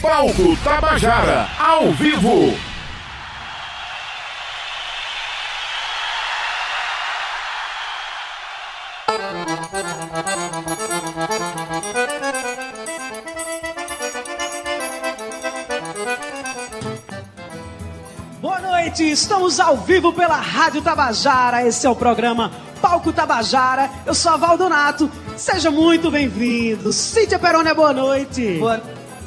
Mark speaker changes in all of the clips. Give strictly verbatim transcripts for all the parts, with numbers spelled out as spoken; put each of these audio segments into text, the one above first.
Speaker 1: Palco Tabajara, ao vivo.
Speaker 2: Boa noite, estamos ao vivo pela Rádio Tabajara. Esse é o programa Palco Tabajara. Eu sou a Valdonato, seja muito bem-vindo. Cíntia Peroni, boa noite.
Speaker 3: Boa,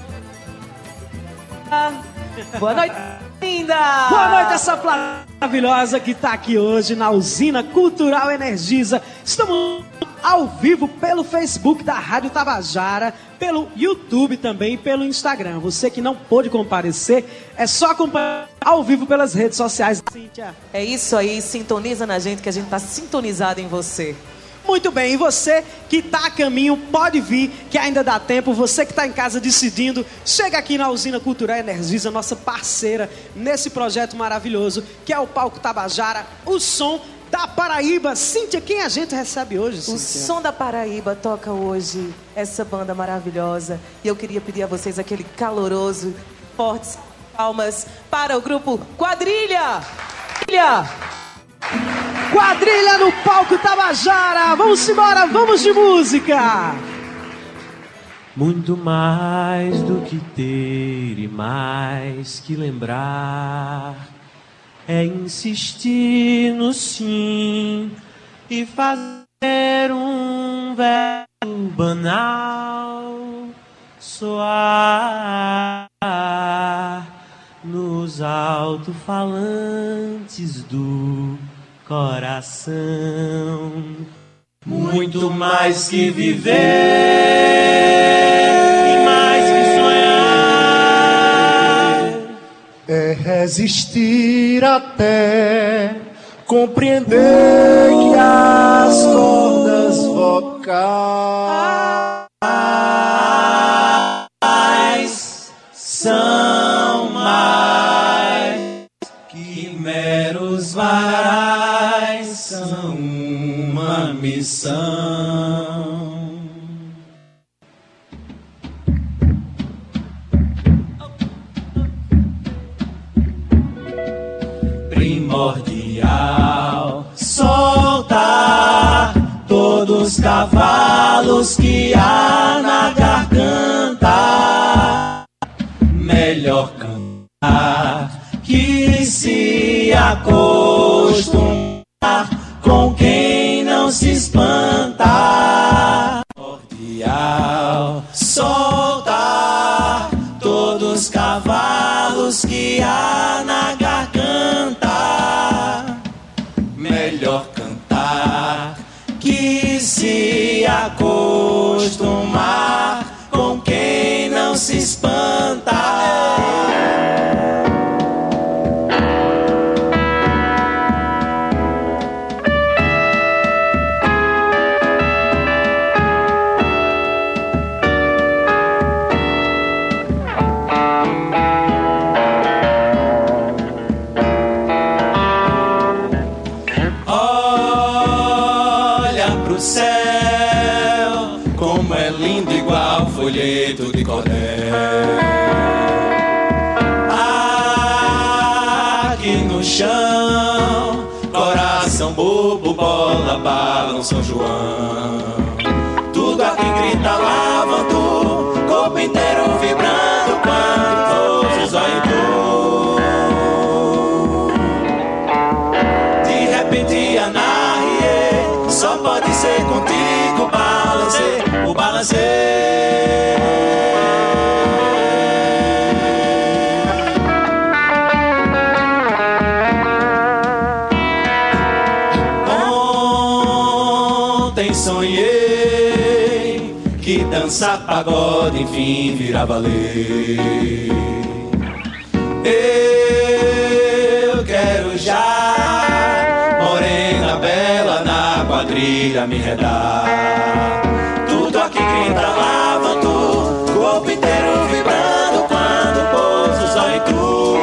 Speaker 3: boa noite, linda.
Speaker 2: Boa noite, essa plateia maravilhosa que está aqui hoje na Usina Cultural Energisa. Estamos ao vivo pelo Facebook da Rádio Tabajara, pelo YouTube também e pelo Instagram. Você que não pôde comparecer, é só acompanhar ao vivo pelas redes sociais. Cíntia.
Speaker 3: É isso aí, sintoniza na gente que a gente está sintonizado em você.
Speaker 2: Muito bem, e você que está a caminho, pode vir, que ainda dá tempo. Você que está em casa decidindo, chega aqui na Usina Cultural Energisa, nossa parceira nesse projeto maravilhoso, que é o Palco Tabajara, o som da Paraíba. Cíntia, quem a gente recebe hoje, Cíntia?
Speaker 3: O som da Paraíba toca hoje essa banda maravilhosa. E eu queria pedir a vocês aquele caloroso, fortes palmas para o grupo Quadrilha. Quadrilha!
Speaker 2: Quadrilha no Palco Tabajara. Vamos embora, vamos de música.
Speaker 4: Muito mais do que ter e mais que lembrar é insistir no sim e fazer um verbo banal soar nos alto-falantes do coração. Muito mais que viver e mais que sonhar
Speaker 5: é resistir até compreender que as cordas vocais são mais que meros varais, são uma missão. Primordial, soltar todos os cavalos que há na garganta. Melhor cantar que se acostumar com quem não se espanta. Primordial, soltar todos os cavalos que há na garganta. Melhor cantar que se acostumar com quem não se espanta. Folheto de cordel. Aqui no chão, coração bobo, bola, bala, um São João. Tudo aqui grita lavando, corpo inteiro vibrando quando todos olham tu. De repente anarriê, só pode ser contigo, balancê, o balancê. Sonhei que dançar pagode enfim virava lei. Eu quero já, morena bela, na quadrilha me enredar. Tudo aqui grita lavando, corpo inteiro vibrando quando o povo só em tu.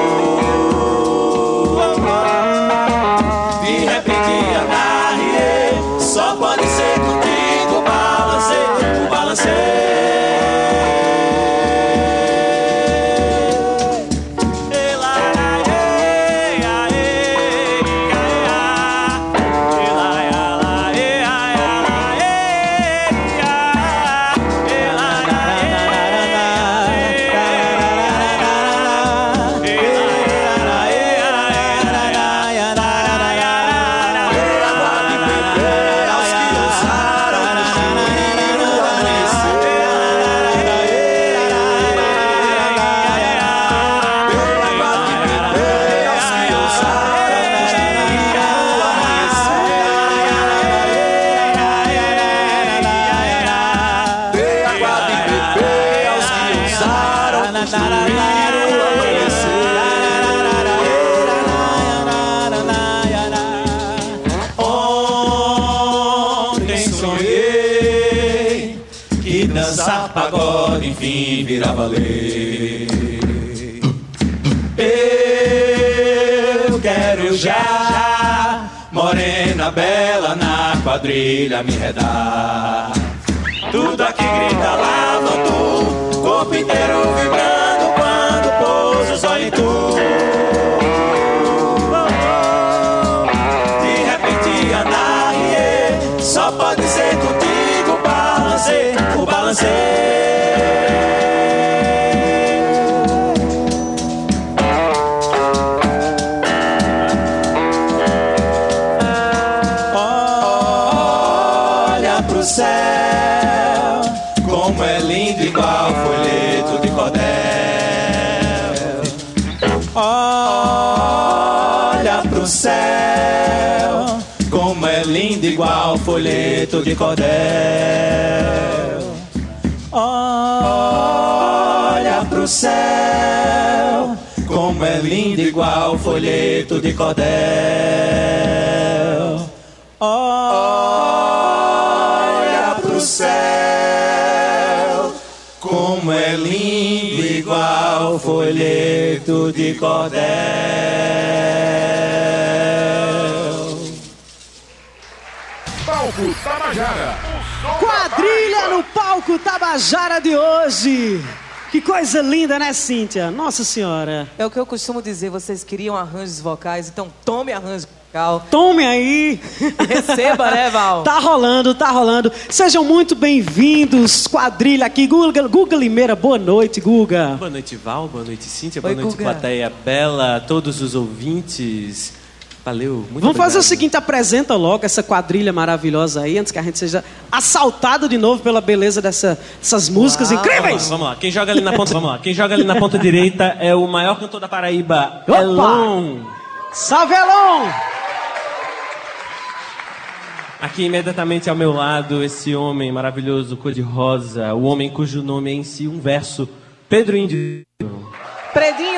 Speaker 5: De repente anarriê, só pode ser contigo, balancê, o balancê. Ontem sonhei que dançar pagode enfim virava lei. Eu quero já, morena bela, na quadrilha me redar. Tudo aqui grita lava tu, corpo inteiro vibrando quando pouso os olhos em tu. De repente andar e só pode ser contigo o balancê, o balancê. Olha pro céu, como é lindo igual folheto de cordel. Olha pro céu, como é lindo igual folheto de cordel. Olha pro céu, como é lindo igual folheto de cordel. Olha pro céu, como é lindo igual folheto de cordel.
Speaker 1: Palco Tabajara.
Speaker 2: Quadrilha no palco Tabajara de hoje. Que coisa linda, né, Cíntia? Nossa Senhora.
Speaker 3: É o que eu costumo dizer, vocês queriam arranjos vocais, então tome arranjo vocal.
Speaker 2: Tome aí.
Speaker 3: Receba, né, Val?
Speaker 2: Tá rolando, tá rolando. Sejam muito bem-vindos, quadrilha aqui. Guga, Guga Limeira, boa noite, Guga.
Speaker 4: Boa noite, Val. Boa noite, Cíntia.
Speaker 3: Oi,
Speaker 4: Boa noite,
Speaker 3: Guga.
Speaker 4: plateia bela, todos os ouvintes. Valeu, muito
Speaker 2: Vamos
Speaker 4: obrigado.
Speaker 2: fazer o seguinte, apresenta logo essa quadrilha maravilhosa aí, antes que a gente seja assaltado de novo pela beleza dessa, dessas músicas
Speaker 3: Uau.
Speaker 2: incríveis.
Speaker 4: Vamos lá, vamos lá. Quem joga ali na ponta, vamos lá. Quem joga ali na ponta direita é o maior cantor da Paraíba,
Speaker 2: Opa!
Speaker 4: Elon.
Speaker 2: Salve, Elon!
Speaker 4: Aqui imediatamente ao meu lado, esse homem maravilhoso, cor-de-rosa, o homem cujo nome é em si um verso, Pedro Índio.
Speaker 3: Predinho!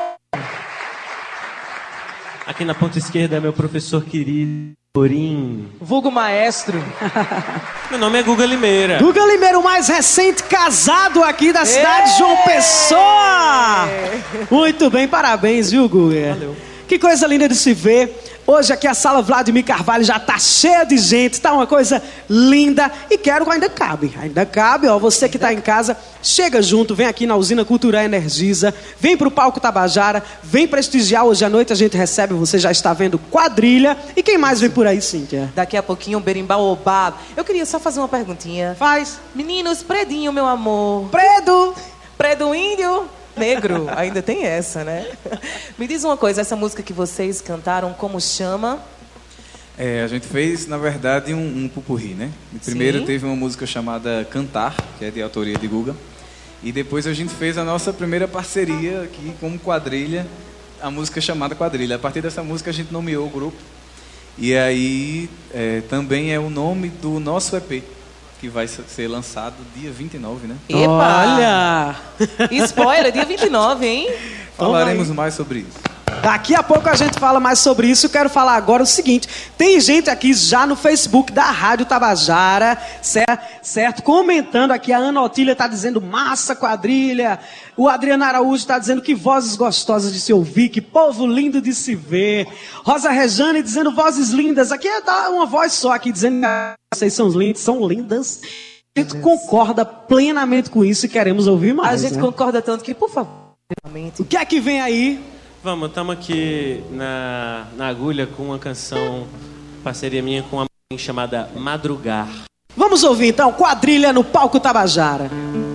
Speaker 4: Aqui na ponta esquerda é meu professor querido, Borim.
Speaker 3: Vulgo maestro.
Speaker 4: Meu nome é Guga Limeira.
Speaker 2: Guga Limeira, o mais recente casado aqui da cidade de João Pessoa. Muito bem, parabéns, viu, Guga?
Speaker 4: Valeu.
Speaker 2: Que coisa linda de se ver. Hoje aqui a sala Vladimir Carvalho já tá cheia de gente, tá uma coisa linda. E quero que ainda cabe, ainda cabe, ó. Você que tá em casa, chega junto, vem aqui na Usina Cultural Energisa, vem pro Palco Tabajara, vem prestigiar. Hoje à noite a gente recebe, você já está vendo, Quadrilha. E quem mais vem por aí, Cíntia?
Speaker 3: Daqui a pouquinho um berimbau obado. Eu queria só fazer uma perguntinha.
Speaker 2: Faz.
Speaker 3: Meninos, Predinho, meu amor.
Speaker 2: Predo.
Speaker 3: Predo índio. Negro, ainda tem essa, né? Me diz uma coisa, essa música que vocês cantaram, como chama?
Speaker 6: É, a gente fez, na verdade, um, um pupurri, né? Primeiro
Speaker 3: Sim.
Speaker 6: teve uma música chamada Cantar, que é de autoria de Guga. E depois a gente fez a nossa primeira parceria aqui como quadrilha, a música chamada Quadrilha. A partir dessa música a gente nomeou o grupo. E aí é, também é o nome do nosso E P, que vai ser lançado dia vinte e nove, né?
Speaker 3: Epa!
Speaker 2: Olha!
Speaker 3: Spoiler, dia vinte e nove, hein?
Speaker 6: Falaremos mais sobre isso.
Speaker 2: Daqui a pouco a gente fala mais sobre isso. Eu quero falar agora o seguinte. Tem gente aqui já no Facebook da Rádio Tabajara, certo? certo? Comentando aqui. A Ana Otília está dizendo massa, Quadrilha. O Adriano Araújo está dizendo que vozes gostosas de se ouvir, que povo lindo de se ver. Rosa Rejane dizendo vozes lindas. Aqui é uma voz só aqui dizendo que vocês são lindos, são lindas. A gente concorda plenamente com isso e queremos ouvir mais.
Speaker 3: A gente
Speaker 2: né?
Speaker 3: concorda tanto que, por favor, realmente.
Speaker 2: O que é que vem aí?
Speaker 4: Vamos, estamos aqui na, na agulha com uma canção, parceria minha com uma mãe chamada Madrugar.
Speaker 2: Vamos ouvir então, Quadrilha no Palco Tabajara.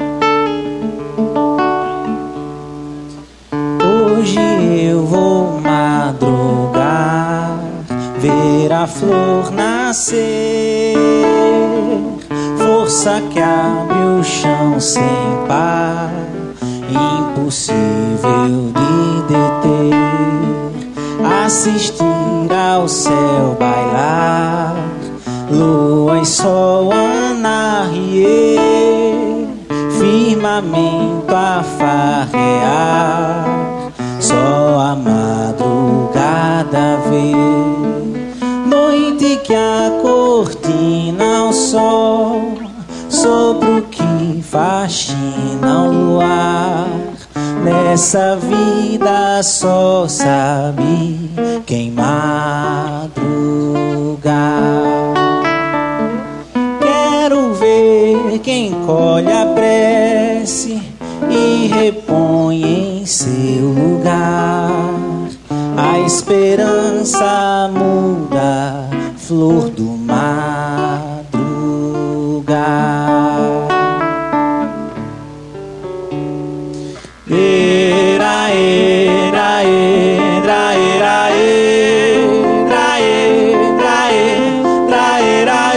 Speaker 7: Hoje eu vou madrugar, ver a flor nascer, força que abre o chão sem par, impossível de deter, assistir ao céu bailar, lua e sol anarrier, firmamento a farrear, faxina ao luar. Nessa vida só sabe quem madrugar. Quero ver quem colhe a prece e repõe em seu lugar. A esperança muda, flor do madrugar. Era, era, era, era, era, era, era, era,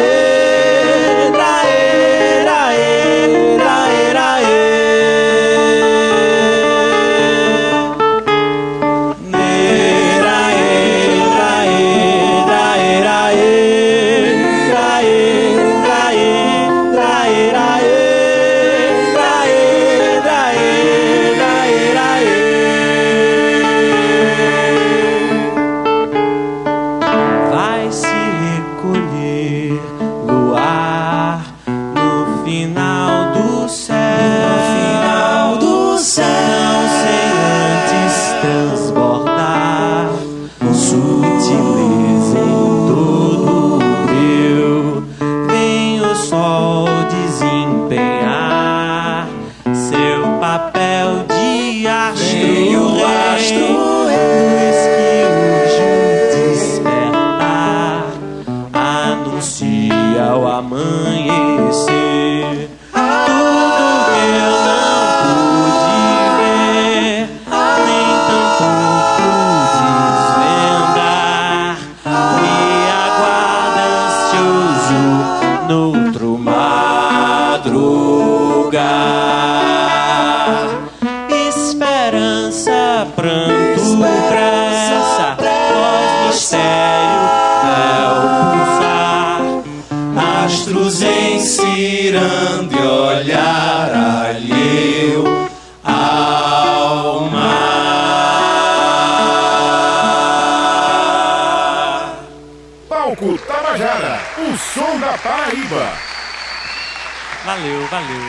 Speaker 4: Valeu, valeu.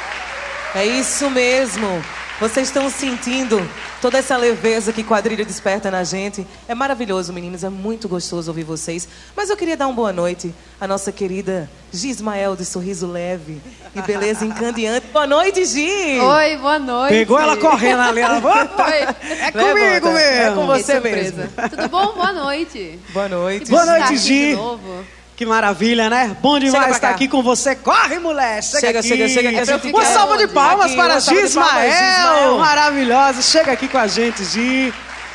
Speaker 3: É isso mesmo. Vocês estão sentindo toda essa leveza que Quadrilha desperta na gente. É maravilhoso, meninos. É muito gostoso ouvir vocês. Mas eu queria dar uma boa noite à nossa querida Gismael, de sorriso leve e beleza encandeante. Boa noite, Gi!
Speaker 8: Oi, boa noite.
Speaker 2: Pegou ela correndo ali. Ela...
Speaker 8: Oi.
Speaker 2: É comigo mesmo.
Speaker 3: É com você
Speaker 8: que
Speaker 3: mesmo.
Speaker 8: Tudo bom? Boa noite.
Speaker 3: Boa noite.
Speaker 2: Boa noite,
Speaker 8: Aqui
Speaker 2: Gi.
Speaker 8: de novo.
Speaker 2: Que maravilha, né? Bom demais estar aqui com você. Corre, mulher! Chega,
Speaker 3: chega,
Speaker 2: aqui.
Speaker 3: chega, chega. Que a gente
Speaker 2: uma
Speaker 3: quer.
Speaker 2: salva de palmas
Speaker 3: Aqui,
Speaker 2: para
Speaker 3: uma salva de
Speaker 2: Gismael.
Speaker 3: palmas, Gismael.
Speaker 2: Maravilhosa. Chega aqui com a gente, Gi.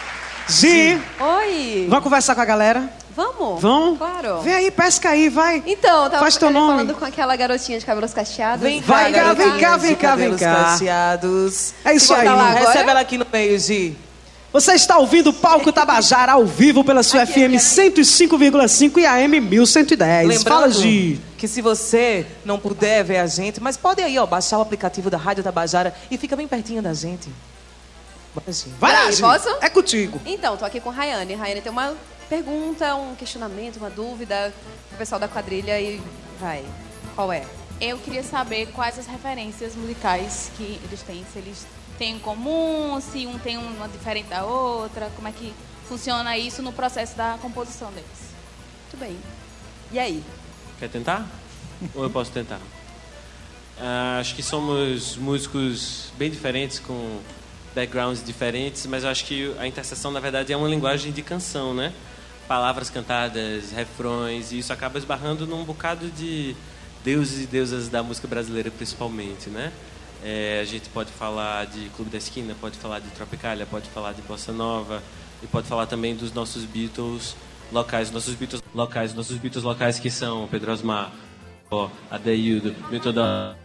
Speaker 2: Gi.
Speaker 8: Oi.
Speaker 2: Vamos conversar com a galera?
Speaker 8: Vamos?
Speaker 2: Vamos?
Speaker 8: Claro.
Speaker 2: Vem aí, pesca aí, vai.
Speaker 8: Então, tava
Speaker 2: Faz teu nome.
Speaker 8: falando com aquela garotinha de cabelos cacheados.
Speaker 3: Vem
Speaker 2: Vai cá,
Speaker 3: garotinha
Speaker 2: vem cá,
Speaker 3: de
Speaker 2: vem cá, vem
Speaker 3: cabelos
Speaker 2: cá.
Speaker 3: cacheados.
Speaker 2: É isso
Speaker 3: Fica
Speaker 2: aí.
Speaker 3: pra lá,
Speaker 8: Agora?
Speaker 3: recebe ela aqui no meio, Gi.
Speaker 2: Você está ouvindo o Palco Tabajara ao vivo pela sua
Speaker 8: Aqui,
Speaker 2: F M
Speaker 8: aqui, aqui.
Speaker 2: cento e cinco vírgula cinco e A M mil cento e dez.
Speaker 3: Lembrando
Speaker 2: Fala, Gi.
Speaker 3: que se você não puder ver a gente, mas pode aí, ó, baixar o aplicativo da Rádio Tabajara e fica bem pertinho da gente. Bora, Gi.
Speaker 2: Vai lá,
Speaker 8: aí,
Speaker 2: Gi.
Speaker 8: posso?
Speaker 2: É contigo.
Speaker 8: Então, tô aqui com a Rayane. Rayane tem uma pergunta, um questionamento, uma dúvida pro pessoal da quadrilha e vai. Qual é?
Speaker 9: Eu queria saber quais as referências musicais que eles têm, se eles têm em comum, se um tem uma diferente da outra, como é que funciona isso no processo da composição deles.
Speaker 8: Muito bem. E aí?
Speaker 4: Quer tentar? Ou eu posso tentar? Ah, acho que somos músicos bem diferentes, com backgrounds diferentes, mas eu acho que a interseção, na verdade, é uma linguagem de canção, né? Palavras cantadas, refrões, e isso acaba esbarrando num bocado de deuses e deusas da música brasileira, principalmente, né? É, a gente pode falar de Clube da Esquina, pode falar de Tropicália, pode falar de Bossa Nova, e pode falar também dos nossos Beatles locais, nossos Beatles locais, nossos Beatles locais que são Pedro Osmar, oh, Adeildo, Milton da...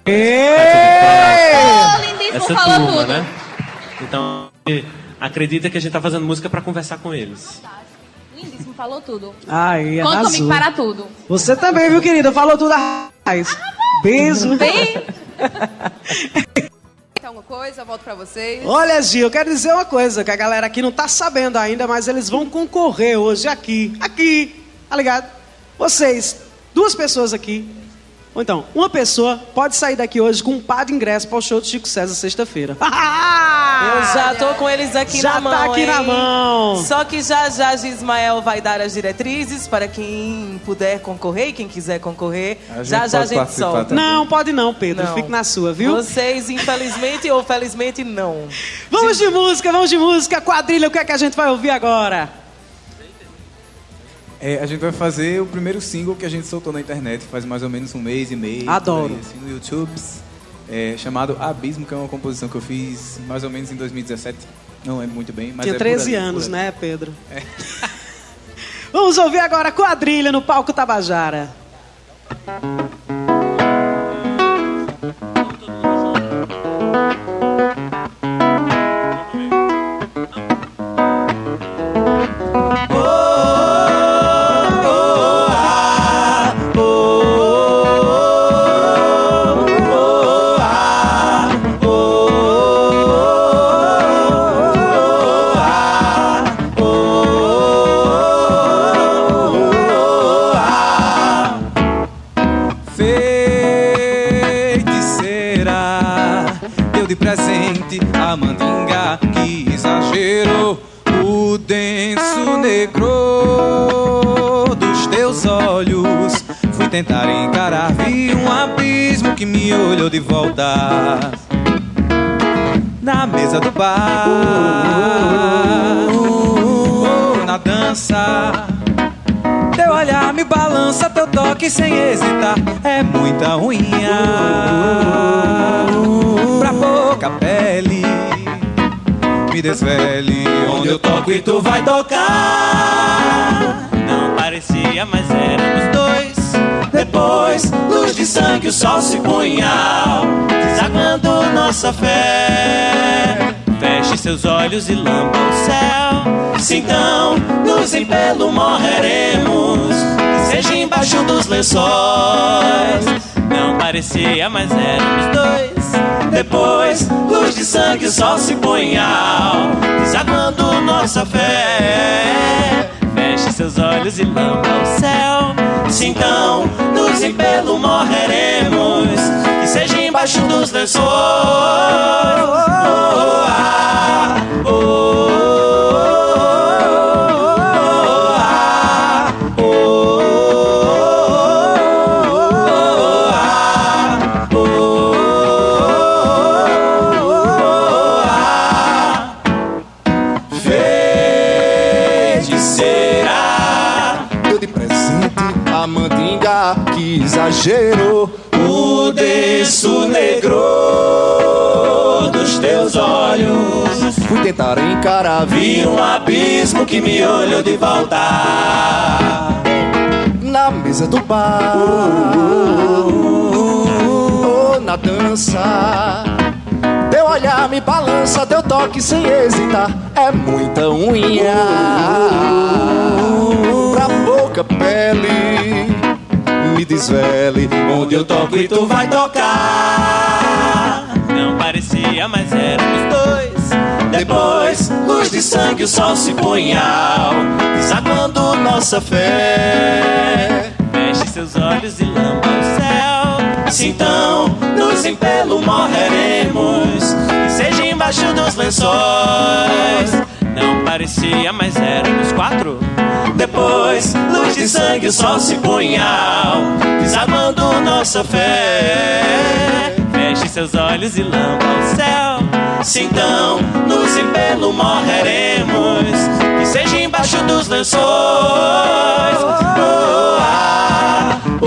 Speaker 4: Essa turma, né? Então, acredita que a gente tá fazendo música para conversar com eles.
Speaker 9: Lindíssimo, falou tudo.
Speaker 2: Ai,
Speaker 9: Conta
Speaker 2: arrasou.
Speaker 9: comigo para tudo.
Speaker 2: Você também, viu, querida? Falou tudo a raiz. Beijo.
Speaker 9: Bem...
Speaker 8: Tem alguma coisa? Eu volto pra vocês.
Speaker 2: Olha, Gi, eu quero dizer uma coisa que a galera aqui não tá sabendo ainda, mas eles vão concorrer hoje aqui. Aqui, tá ligado? Vocês, duas pessoas aqui, Ou então, uma pessoa pode sair daqui hoje com um par de ingressos para o show de Chico César sexta-feira.
Speaker 3: Eu já tô com eles aqui
Speaker 2: já
Speaker 3: na mão,
Speaker 2: tá aqui
Speaker 3: hein?
Speaker 2: na mão.
Speaker 3: Só que já já Gismael vai dar as diretrizes para quem puder concorrer e quem quiser concorrer.
Speaker 6: A
Speaker 3: Já
Speaker 6: gente
Speaker 3: já a
Speaker 6: pode
Speaker 3: gente
Speaker 6: participar
Speaker 3: solta.
Speaker 6: também.
Speaker 2: Não, pode não, Pedro.
Speaker 3: Não.
Speaker 2: Fique na sua, viu?
Speaker 3: Vocês, infelizmente ou felizmente, não.
Speaker 2: Vamos de música, vamos de música. Quadrilha, o que é que a gente vai ouvir agora?
Speaker 6: É, a gente vai fazer o primeiro single que a gente soltou na internet faz mais ou menos um mês e meio.
Speaker 2: Adoro.
Speaker 6: por aí, assim, no YouTube, é, chamado Abismo, que é uma composição que eu fiz mais ou menos em dois mil e dezessete. Não lembro muito bem, mas
Speaker 2: Tinha
Speaker 6: é
Speaker 2: treze
Speaker 6: por ali,
Speaker 2: anos,
Speaker 6: por ali.
Speaker 2: né, Pedro? É. Vamos ouvir agora Quadrilha no palco Tabajara.
Speaker 6: De presente a mandinga que exagerou o denso negro dos teus olhos. Fui tentar encarar, vi um abismo que me olhou de volta na mesa do bar, oh, na dança. Teu olhar me balança, teu toque sem hesitar é muita unha pra pouca pele. Me desvele onde eu toco e tu vai tocar.
Speaker 5: Não parecia, mas éramos dois. Depois, luz de sangue, o sol se punhal, desaguando nossa fé. Feche seus olhos e lamba o céu. Se então nos empelo morreremos, que seja embaixo dos lençóis. Não parecia, mas éramos dois. Depois, luz de sangue, o sol se punhal, desaguando nossa fé. Feche seus olhos e lamba o céu. Se então nos empelo morreremos, que seja embaixo dos lençóis. Oh, ah, oh,
Speaker 10: que exagerou
Speaker 5: o denso negro dos teus olhos.
Speaker 10: Fui tentar encarar,
Speaker 5: vi um abismo que me olhou de volta
Speaker 10: na mesa do bar, oh, na dança. Teu olhar me balança, teu toque sem hesitar é muita unha pra pouca pele. Me desvele
Speaker 5: onde eu toco e tu vai tocar. Não parecia, mas éramos dois. Depois, luz de sangue, o sol se punhal, desaguando nossa fé. Feche seus olhos e lamba o céu. Se então nos empelo morreremos, que seja embaixo dos lençóis. Não parecia, mas éramos quatro. Depois, luz de sangue, o sol se punhal, desaguando nossa fé. Feche seus olhos e lamba o céu. Se então nos empelo morreremos, que seja embaixo dos lençóis. Oh, ah, oh,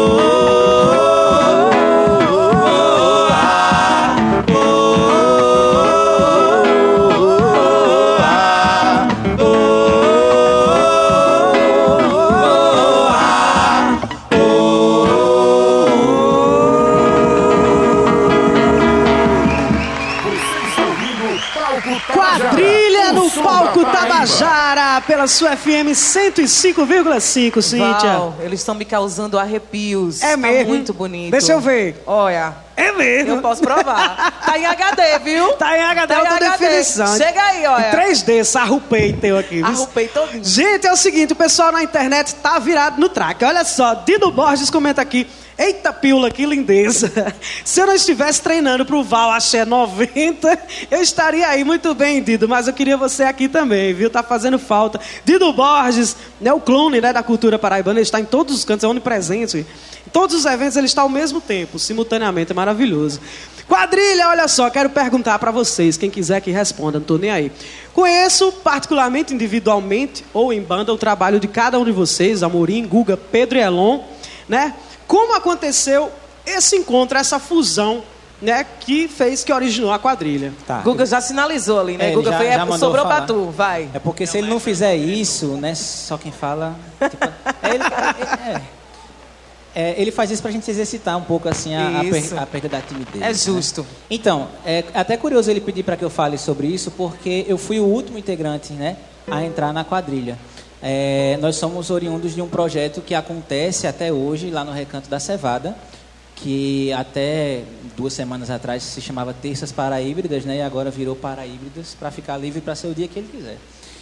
Speaker 2: Quadrilha no palco Tabajara, pela sua F M cento e cinco vírgula cinco, Cíntia.
Speaker 3: Val, eles estão me causando arrepios.
Speaker 2: É
Speaker 3: tá
Speaker 2: mesmo?
Speaker 3: muito bonito.
Speaker 2: Deixa eu ver.
Speaker 3: Olha.
Speaker 2: É mesmo?
Speaker 3: Eu posso provar. Tá em H D, viu?
Speaker 2: Tá em H D,
Speaker 3: tá
Speaker 2: alta
Speaker 3: em H D.
Speaker 2: definição.
Speaker 3: Chega aí, olha.
Speaker 2: Em três D, sarrupei teu aqui. Viu?
Speaker 3: Arrupei todinho.
Speaker 2: Gente, é o seguinte, o pessoal na internet tá virado no traque. Olha só, Dido Borges comenta aqui. Eita pílula, que lindeza. Se eu não estivesse treinando pro Val Axé noventa, eu estaria aí. Muito bem, Dido, mas eu queria você aqui também, viu? Tá fazendo falta. Dido Borges, né, o clone, né, da cultura paraibana, ele está em todos os cantos, é onipresente. Em todos os eventos ele está ao mesmo tempo, simultaneamente, é maravilhoso. Quadrilha, olha só, quero perguntar para vocês, quem quiser que responda, não tô nem aí. Conheço particularmente, individualmente ou em banda, o trabalho de cada um de vocês, Amorim, Guga, Pedro e Elon, né? Como aconteceu esse encontro, essa fusão, né, que fez, que originou a quadrilha?
Speaker 3: Tá. Guga já sinalizou ali, né? É, Guga já, foi, já sobrou pra tu, vai.
Speaker 7: É porque se ele não fizer isso, né, só quem fala... Tipo, é, ele, é, é, ele faz isso pra gente se exercitar um pouco, assim, a, a, per, a perda da timidez.
Speaker 3: É justo.
Speaker 7: Né? Então, é até curioso ele pedir para que eu fale sobre isso, porque eu fui o último integrante, né, a entrar na quadrilha. É, nós somos oriundos de um projeto que acontece até hoje lá no Recanto da Cevada, que até duas semanas atrás se chamava Terças Paraíbridas, né, e agora virou Paraíbridas, para ficar livre para ser o dia que ele quiser.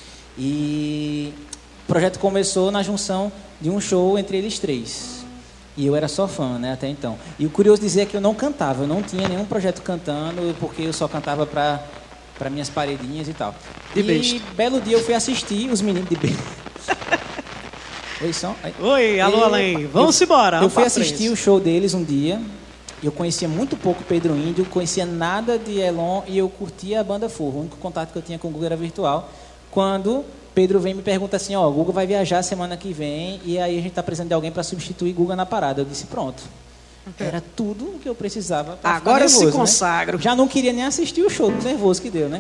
Speaker 7: E o projeto começou na junção de um show entre eles três. E eu era só fã, né, até então. E o curioso dizer é que eu não cantava, eu não tinha nenhum projeto cantando, porque eu só cantava para para minhas paredinhas e tal.
Speaker 2: De
Speaker 7: e
Speaker 2: besta.
Speaker 7: Belo dia eu fui assistir os meninos de besta. Oi, som.
Speaker 2: Oi, alô, Além. Vamos eu, embora.
Speaker 7: Eu fui assistir o show deles um dia. Eu conhecia muito pouco Pedro Índio, conhecia nada de Elon e eu curtia a banda Forro. O único contato que eu tinha com o Guga era virtual. Quando Pedro vem e me pergunta assim, ó, o Guga vai viajar semana que vem e aí a gente tá precisando de alguém para substituir Guga na parada. Eu disse, pronto. Era tudo o que eu precisava pra
Speaker 2: Agora
Speaker 7: nervoso,
Speaker 2: eu se consagro.
Speaker 7: Né? Já não queria nem assistir o show, do nervoso que deu, né?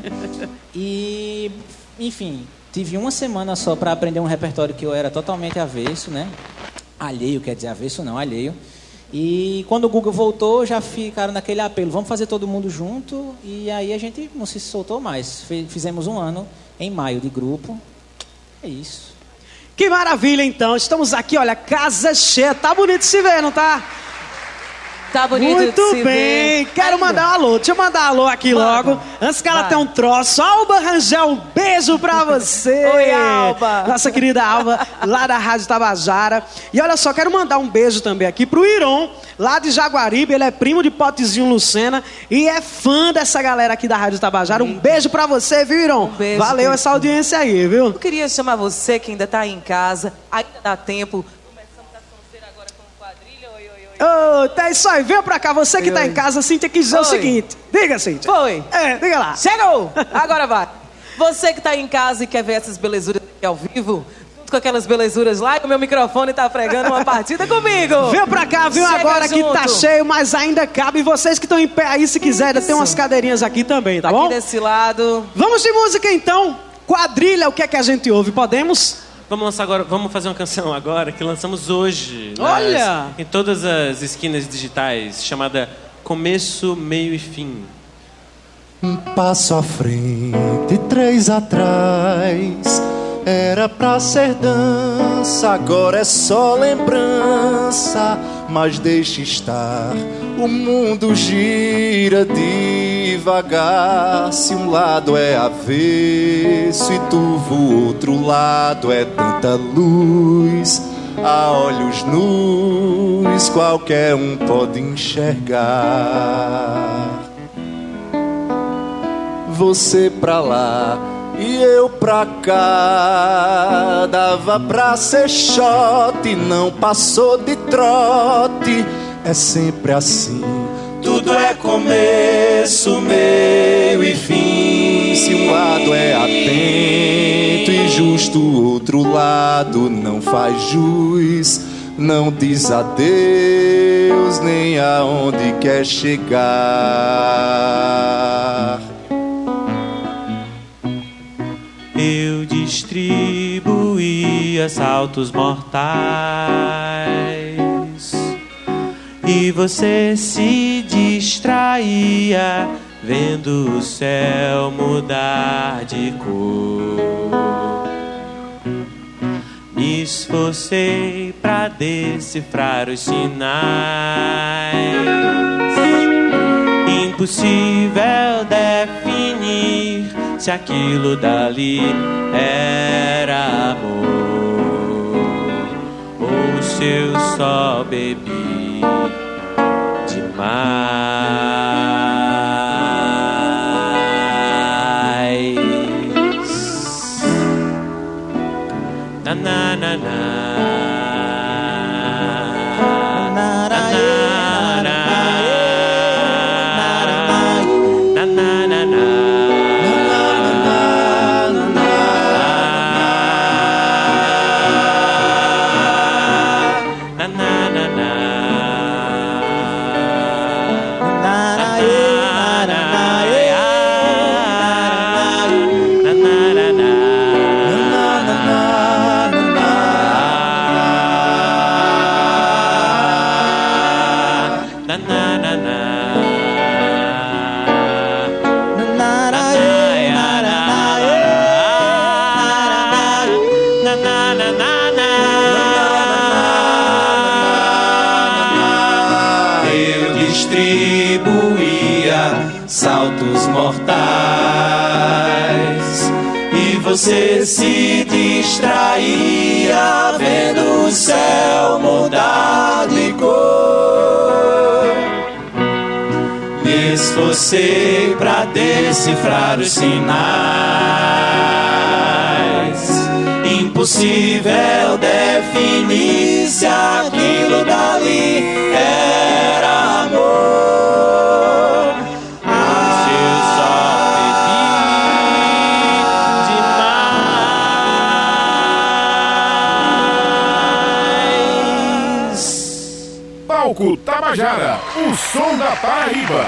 Speaker 7: E, enfim, tive uma semana só para aprender um repertório que eu era totalmente avesso, né? Alheio, quer dizer, avesso não, alheio. E quando o Guga voltou, já ficaram naquele apelo, vamos fazer todo mundo junto. E aí a gente não se soltou mais. Fizemos um ano em maio de grupo. É isso.
Speaker 2: Que maravilha, então. Estamos aqui, olha, casa cheia. Tá bonito de se ver, não tá?
Speaker 3: Tá bonito
Speaker 2: Muito
Speaker 3: de se
Speaker 2: bem.
Speaker 3: ver.
Speaker 2: Quero
Speaker 3: Ainda.
Speaker 2: mandar um alô. Deixa eu mandar um alô aqui
Speaker 3: Manda.
Speaker 2: logo. Antes que ela
Speaker 3: Vai.
Speaker 2: tenha um troço. Alba Rangel, um beijo pra você.
Speaker 3: Oi, Alba.
Speaker 2: Nossa querida Alba, lá da Rádio Tabajara. E olha só, quero mandar um beijo também aqui pro Iron, lá de Jaguaribe. Ele é primo de Potezinho Lucena e é fã dessa galera aqui da Rádio Tabajara. Um beijo pra você, viu, Iron?
Speaker 3: Um beijo,
Speaker 2: Valeu
Speaker 3: beijo.
Speaker 2: essa audiência aí, viu?
Speaker 3: Eu queria chamar você que ainda tá aí em casa, ainda dá tempo.
Speaker 2: Ô, tá isso aí, vem pra cá. Você que
Speaker 3: Oi,
Speaker 2: tá
Speaker 3: oi.
Speaker 2: em casa, Cíntia, quis dizer o
Speaker 3: Oi.
Speaker 2: seguinte. Diga, Cíntia.
Speaker 3: Foi.
Speaker 2: É, diga lá.
Speaker 3: Chegou! Agora vai. Você que tá aí em casa e quer ver essas belezuras aqui ao vivo, junto com aquelas belezuras lá, e o meu microfone tá pregando uma partida comigo.
Speaker 2: Vem pra cá, viu?
Speaker 3: Chega
Speaker 2: Agora que
Speaker 3: junto.
Speaker 2: tá cheio, mas ainda cabe. E vocês que estão em pé aí, se quiser, tem umas cadeirinhas aqui também, tá bom?
Speaker 3: Aqui desse lado.
Speaker 2: Vamos de música então. Quadrilha, o que é que a gente ouve? Podemos?
Speaker 4: Vamos lançar agora, vamos fazer uma canção agora que lançamos hoje.
Speaker 2: Olha!
Speaker 4: Nas, em todas as esquinas digitais, chamada Começo, Meio e Fim.
Speaker 10: Um passo à frente, três atrás. Era pra ser dança, agora é só lembrança. Mas deixa estar, o mundo gira devagar. Se um lado é avesso e turvo o outro lado, é tanta luz. A olhos nus, qualquer um pode enxergar. Você pra lá e eu pra cá. Dava pra ser shot, não passou de trote. É sempre assim,
Speaker 5: Tudo é começo, meio e fim.
Speaker 10: se um lado é atento e justo, o outro lado não faz jus. Não diz adeus, nem aonde quer chegar.
Speaker 4: Eu distribuía saltos mortais e você se distraía vendo o céu mudar de cor. Me esforcei pra decifrar os sinais
Speaker 5: Impossível definir se aquilo dali era amor ou se eu só bebi demais. Na na na na. Saltos mortais e você se distraía vendo o céu mudar de cor. Me esforcei pra decifrar os sinais. Impossível definir se aquilo dali era amor.
Speaker 1: Palco Tabajara, o som da Paraíba.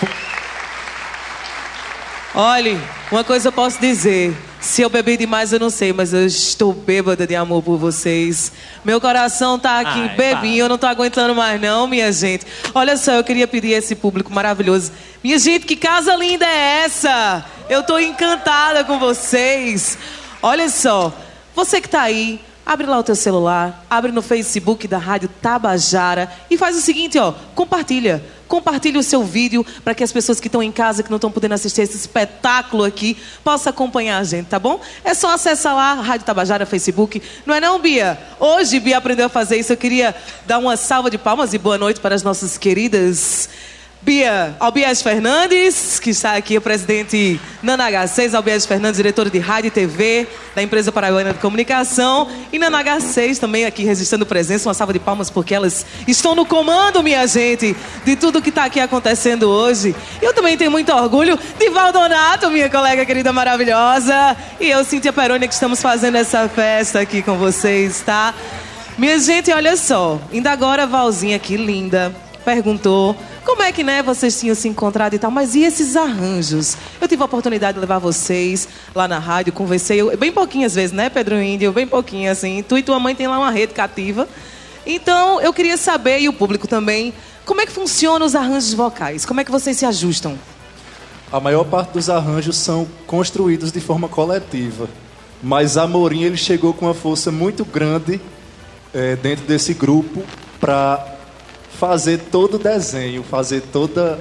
Speaker 3: Olhe, uma coisa eu posso dizer. Se eu bebi demais eu não sei, mas eu estou bêbada de amor por vocês. Meu coração tá aqui Ai, bebinho, para. Eu não tô aguentando mais não, minha gente. Olha só, eu queria pedir a esse público maravilhoso. Minha gente, que casa linda é essa? Eu tô encantada com vocês. Olha só, você que tá aí, abre lá o teu celular, abre no Facebook da Rádio Tabajara e faz o seguinte, ó, compartilha. Compartilhe o seu vídeo para que as pessoas que estão em casa, que não estão podendo assistir esse espetáculo aqui, possam acompanhar a gente, tá bom? É só acessar lá, Rádio Tabajara, Facebook. Não é não, Bia? Hoje Bia aprendeu a fazer isso. Eu queria dar uma salva de palmas e boa noite para as nossas queridas... Bia Albiés Fernandes, que está aqui, o presidente Nana H seis, Albiés Fernandes, diretora de rádio e T V da empresa paraibana de comunicação, e Nana H seis também aqui registrando presença. Uma salva de palmas porque elas estão no comando, minha gente, de tudo que está aqui acontecendo hoje. Eu também tenho muito orgulho de Valdonato, minha colega querida maravilhosa, e eu, Cíntia Peroni, que estamos fazendo essa festa aqui com vocês, tá? Minha gente, olha só, ainda agora a Valzinha aqui, linda, perguntou como é que, né, vocês tinham se encontrado e tal, mas e esses arranjos? Eu tive a oportunidade de levar vocês lá na rádio, conversei, eu, bem pouquinhas vezes, né, Pedro Índio? Bem pouquinho, assim. Tu e tua mãe tem lá uma rede cativa. Então, eu queria saber, e o público também, como é que funcionam os arranjos vocais? Como é que vocês se ajustam?
Speaker 10: A maior parte dos arranjos são construídos de forma coletiva, mas Amorim, ele chegou com uma força muito grande é, dentro desse grupo para fazer todo o desenho, fazer toda...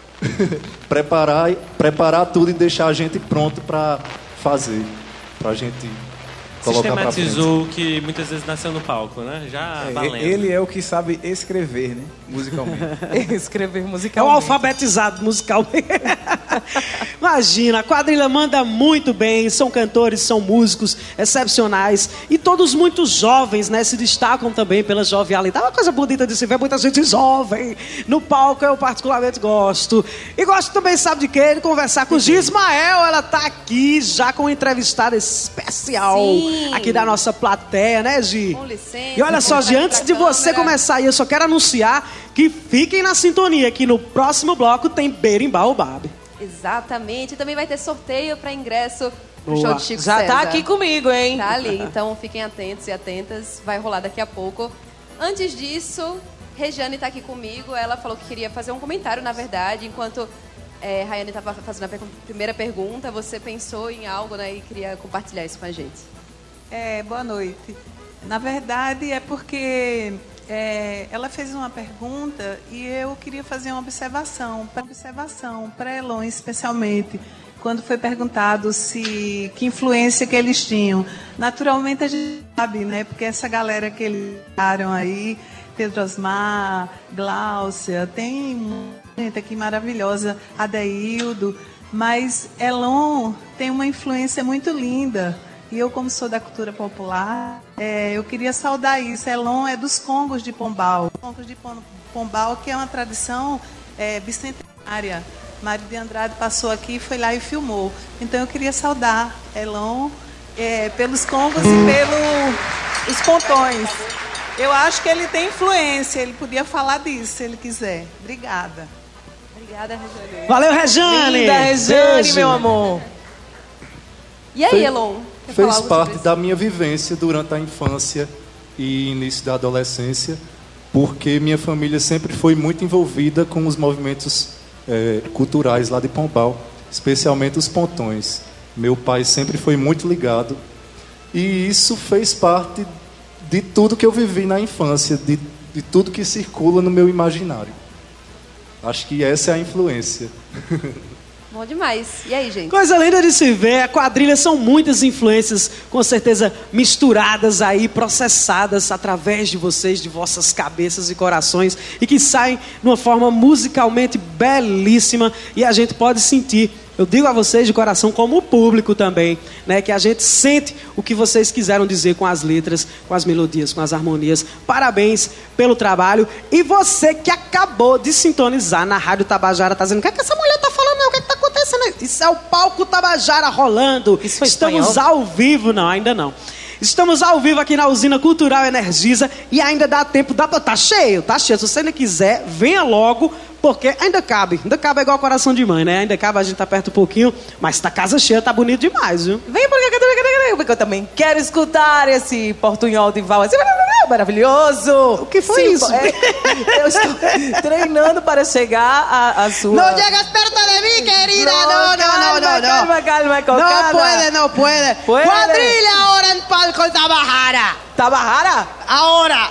Speaker 10: preparar, preparar tudo e deixar a gente pronto para fazer, para a gente colocar para frente.
Speaker 4: Sistematizou o que muitas vezes nasceu no palco, né? Já
Speaker 6: é,
Speaker 4: valendo.
Speaker 6: Ele é o que sabe escrever, né? Musicalmente.
Speaker 3: Escrever
Speaker 2: É o
Speaker 3: musicalmente.
Speaker 2: alfabetizado musicalmente. Imagina, a quadrilha manda muito bem, são cantores, são músicos excepcionais e todos muito jovens, né? Se destacam também pela jovialidade. É uma coisa bonita de se ver, muita gente jovem no palco, eu particularmente gosto. E gosto também, sabe de quê? De conversar com o Gismael, ela tá aqui já com um entrevistado especial. Sim. Aqui da nossa plateia, né, Gi?
Speaker 8: Com licença.
Speaker 2: E olha só, Gi, antes de você começar aí, eu só quero anunciar que fiquem na sintonia, que no próximo bloco tem Berimbau Babi.
Speaker 8: Exatamente. Também vai ter sorteio para ingresso pro
Speaker 2: Boa.
Speaker 8: show de Chico
Speaker 3: Já
Speaker 8: César.
Speaker 3: tá aqui comigo, hein?
Speaker 8: Tá ali, então fiquem atentos e atentas. Vai rolar daqui a pouco. Antes disso, Regiane tá aqui comigo. Ela falou que queria fazer um comentário, na verdade, enquanto... É, Rayane estava fazendo a per- primeira pergunta, você pensou em algo, né, e queria compartilhar isso com a gente.
Speaker 11: É, boa noite. Na verdade, é porque É, ela fez uma pergunta e eu queria fazer uma observação, uma observação para Elon especialmente, quando foi perguntado se que influência que eles tinham. Naturalmente a gente sabe, né? Porque essa galera que eles ficaram aí, Pedro Osmar, Gláucia, tem gente aqui maravilhosa, Adeildo, mas Elon tem uma influência muito linda. E eu, como sou da cultura popular, é, eu queria saudar isso. Elon é dos Congos de Pombal. Congos de Pombal, que é uma tradição é, bicentenária. Mário de Andrade passou aqui, foi lá e filmou. Então eu queria saudar Elon é, pelos Congos e pelos pontões. Eu acho que ele tem influência, ele podia falar disso se ele quiser. Obrigada.
Speaker 8: Obrigada, Rejane.
Speaker 2: Valeu, Rejane!
Speaker 3: Linda, Rejane,
Speaker 2: Beijo.
Speaker 3: meu amor.
Speaker 8: E aí, Elon? Quer falar
Speaker 10: Fez
Speaker 8: algo
Speaker 10: parte
Speaker 8: sobre isso?
Speaker 10: da minha vivência durante a infância e início da adolescência, porque minha família sempre foi muito envolvida com os movimentos é, culturais lá de Pombal, especialmente os pontões. Meu pai sempre foi muito ligado e isso fez parte de tudo que eu vivi na infância, de, de tudo que circula no meu imaginário. Acho que essa é a influência.
Speaker 8: Bom demais. E aí, gente?
Speaker 2: Coisa linda de se ver. A quadrilha são muitas influências, com certeza misturadas aí, processadas através de vocês, de vossas cabeças e corações, e que saem de uma forma musicalmente belíssima, e a gente pode sentir. Eu digo a vocês de coração, como o público também, né, que a gente sente o que vocês quiseram dizer com as letras, com as melodias, com as harmonias. Parabéns pelo trabalho. E você que acabou de sintonizar na Rádio Tabajara, tá dizendo, o que é que essa mulher tá falando? Não? O que é que tá acontecendo? Isso é o palco Tabajara rolando.
Speaker 3: Isso foi
Speaker 2: Estamos
Speaker 3: espanhol?
Speaker 2: ao vivo, não, ainda não. Estamos ao vivo aqui na Usina Cultural Energisa e ainda dá tempo, dá pra... tá cheio, tá cheio. Se você ainda quiser, venha logo, porque ainda cabe. Ainda cabe igual coração de mãe, né? Ainda cabe, a gente tá perto um pouquinho, mas tá casa cheia, tá bonito demais, viu?
Speaker 3: Vem por cá, cadê, cadê, cadê? Porque eu também quero escutar esse portunhol de Val. Esse maravilhoso.
Speaker 2: O que foi
Speaker 3: Sim,
Speaker 2: isso?
Speaker 3: é, eu estou treinando para chegar à sua...
Speaker 2: Não llegas perto de mim, querida.
Speaker 3: No,
Speaker 2: No, no, no,
Speaker 3: calma,
Speaker 2: no, no.
Speaker 3: calma, calma,
Speaker 2: No
Speaker 3: cocada.
Speaker 2: puede, no puede.
Speaker 3: Puede.
Speaker 2: Cuadrilla ahora en palco Tabajara.
Speaker 3: Tabajara?
Speaker 2: Ahora.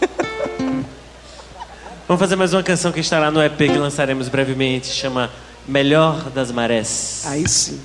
Speaker 4: Vamos fazer mais uma canção que estará no E P que lançaremos brevemente. Chama Melhor das Marés.
Speaker 2: Aí sim.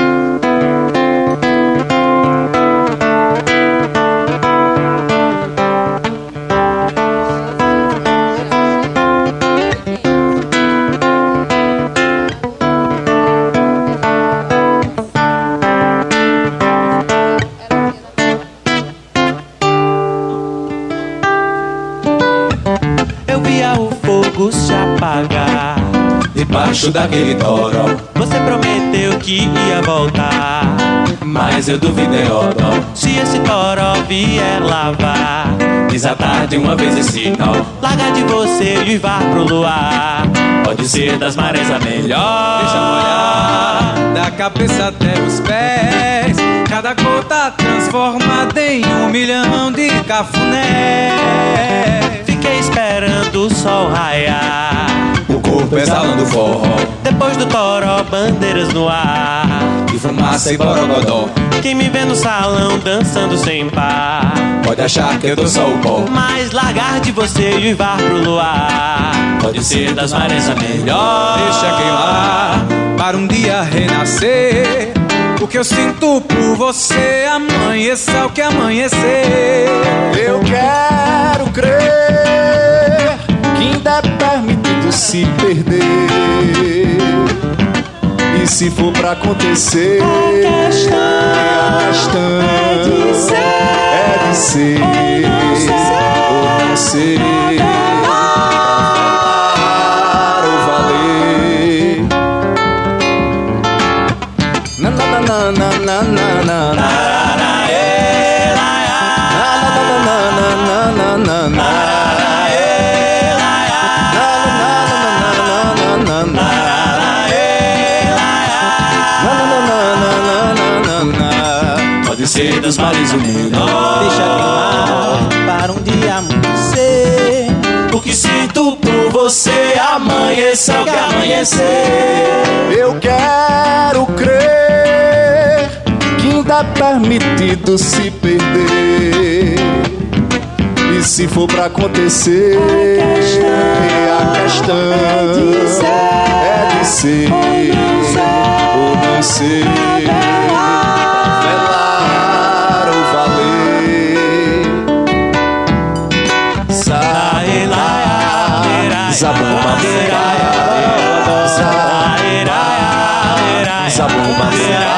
Speaker 5: Eu via o fogo se apagar debaixo daquele toró. Você prometeu que ia voltar, mas eu duvidei, ó dó. Se esse toró vier lavar, desatar de uma vez esse nó, larga de você e vá pro luar. Pode ser das marés a melhor.
Speaker 6: Deixa molhar da cabeça até os pés, cada gota transformada em um milhão de cafuné.
Speaker 5: Fiquei esperando o sol raiar,
Speaker 6: O corpo exalando forró,
Speaker 5: depois do toró, bandeiras no ar.
Speaker 6: e fumaça e borogodó.
Speaker 5: Quem me vê no salão dançando sem par,
Speaker 6: Pode achar que eu dou só o pó,
Speaker 5: mas largar de você evar pro luar. Pode ser das marés a melhor.
Speaker 6: deixa queimar para um dia renascer. O que eu sinto por você amanheça o que amanhecer.
Speaker 10: Eu quero crer que ainda é permitido se perder. E se for pra acontecer, a questão, a questão é de ser, é de ser ou não ser, para ou valer. Na na na na na na na na.
Speaker 5: Pode ser das marés o melhor.
Speaker 7: Deixa queimar para um dia amanhecer.
Speaker 5: O que sinto por você amanheça o que amanhecer.
Speaker 10: Eu quero crer que ainda é permitido se perder. E se for pra acontecer, a questão é de ser ou não ser, velar ou valer. Saelaia, zabumba, saelaia, zabumba,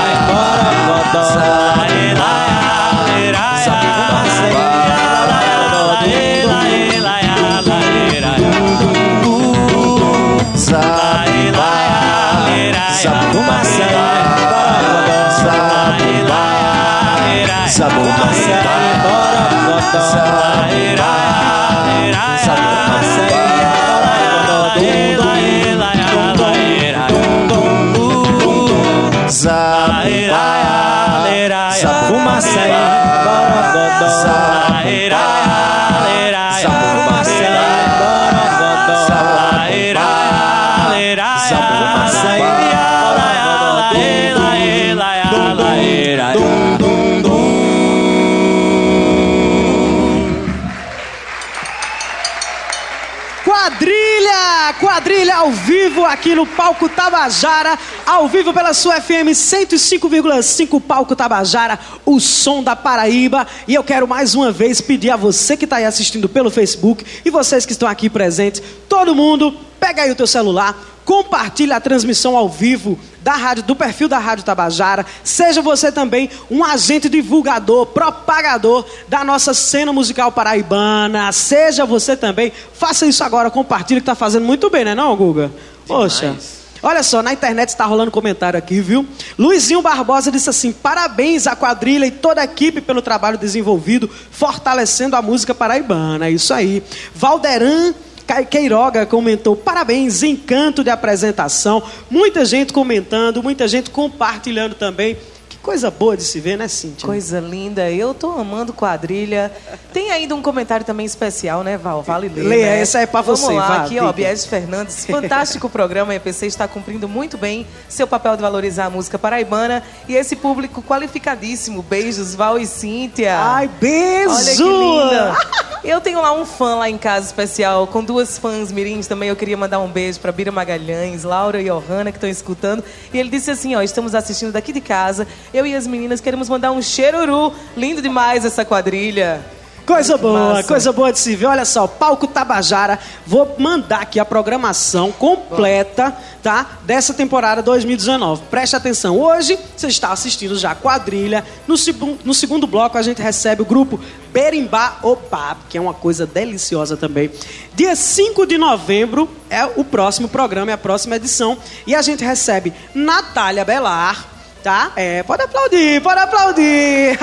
Speaker 2: Quadrilha ao vivo aqui no Palco Tabajara, ao vivo pela sua F M cento e cinco vírgula cinco, Palco Tabajara, o som da Paraíba. E eu quero mais uma vez pedir a você que está aí assistindo pelo Facebook e vocês que estão aqui presentes, todo mundo, pega aí o teu celular, compartilha a transmissão ao vivo da rádio, do perfil da Rádio Tabajara. Seja você também um agente divulgador, propagador da nossa cena musical paraibana. Seja você também, faça isso agora, compartilhe, que está fazendo muito bem, né não, Guga? Poxa, olha só, na internet está rolando comentário aqui, viu? Luizinho Barbosa disse assim: parabéns à quadrilha e toda a equipe pelo trabalho desenvolvido, fortalecendo a música paraibana. É isso aí. Valderan Queiroga comentou: parabéns, encanto de apresentação. Muita gente comentando, muita gente compartilhando também. Que coisa boa de se ver, né, Cíntia?
Speaker 3: Coisa linda, eu tô amando quadrilha. Tem ainda um comentário também especial, né, Val? Vale ler,
Speaker 2: Leia,
Speaker 3: né?
Speaker 2: essa é pra
Speaker 3: Vamos
Speaker 2: você.
Speaker 3: lá,
Speaker 2: vá,
Speaker 3: aqui, ó, Biés Fernandes. Fantástico programa, E P C está cumprindo muito bem seu papel de valorizar a música paraibana e esse público qualificadíssimo. Beijos, Val e Cíntia.
Speaker 2: Ai, beijo!
Speaker 3: Olha que linda! Eu tenho lá um fã lá em casa especial, com duas fãs mirins também. Eu queria mandar um beijo para Bira Magalhães, Laura e Johanna, que estão escutando. E ele disse assim, ó, estamos assistindo daqui de casa. Eu e as meninas queremos mandar um cheiruru. Lindo demais essa quadrilha.
Speaker 2: Coisa
Speaker 3: Muito
Speaker 2: boa,
Speaker 3: massa.
Speaker 2: coisa boa de se ver. Olha só, Palco Tabajara. Vou mandar aqui a programação completa, tá? Dessa temporada dois mil e dezenove. Preste atenção. Hoje, você está assistindo já a quadrilha. No, segu no segundo bloco, a gente recebe o grupo Berimbá Opap, que é uma coisa deliciosa também. Dia cinco de novembro é o próximo programa, é a próxima edição. E a gente recebe Natália Belar, tá? É, pode aplaudir, pode aplaudir.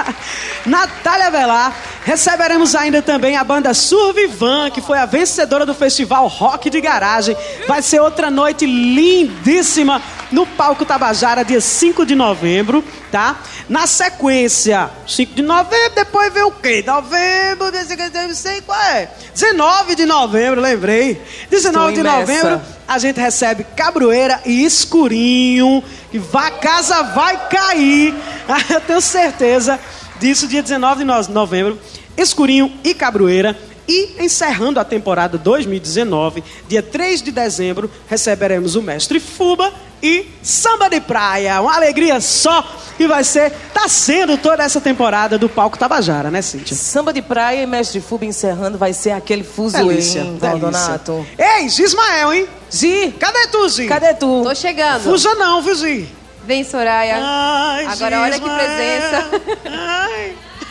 Speaker 2: Natália Belar. Receberemos ainda também a banda Survivan, que foi a vencedora do festival Rock de Garagem. Vai ser outra noite lindíssima no Palco Tabajara, dia cinco de novembro, tá? Na sequência, cinco de novembro, depois vem o quê? Novembro, não sei qual é. dezenove de novembro, lembrei. dezenove de novembro, a gente recebe Cabroeira e Escurinho. E vai, a casa vai cair. Eu tenho certeza disso, dia dezenove de novembro. Escurinho e Cabroeira. E encerrando a temporada dois mil e dezenove, dia três de dezembro, receberemos o Mestre Fuba e Samba de Praia. Uma alegria só. E vai ser, tá sendo toda essa temporada do Palco Tabajara, né, Cíntia?
Speaker 3: Samba de Praia e Mestre Fuba encerrando, vai ser aquele fuzuê, hein, Valdonato?
Speaker 2: Ei, Gismael, hein?
Speaker 3: Gi,
Speaker 2: cadê tu, Gi?
Speaker 3: Cadê tu?
Speaker 8: Tô chegando.
Speaker 2: Fuja não, viu, Gi?
Speaker 8: Vem, Soraya.
Speaker 2: Ai,
Speaker 8: agora olha que
Speaker 2: Gismael.
Speaker 8: presença.
Speaker 2: Ai.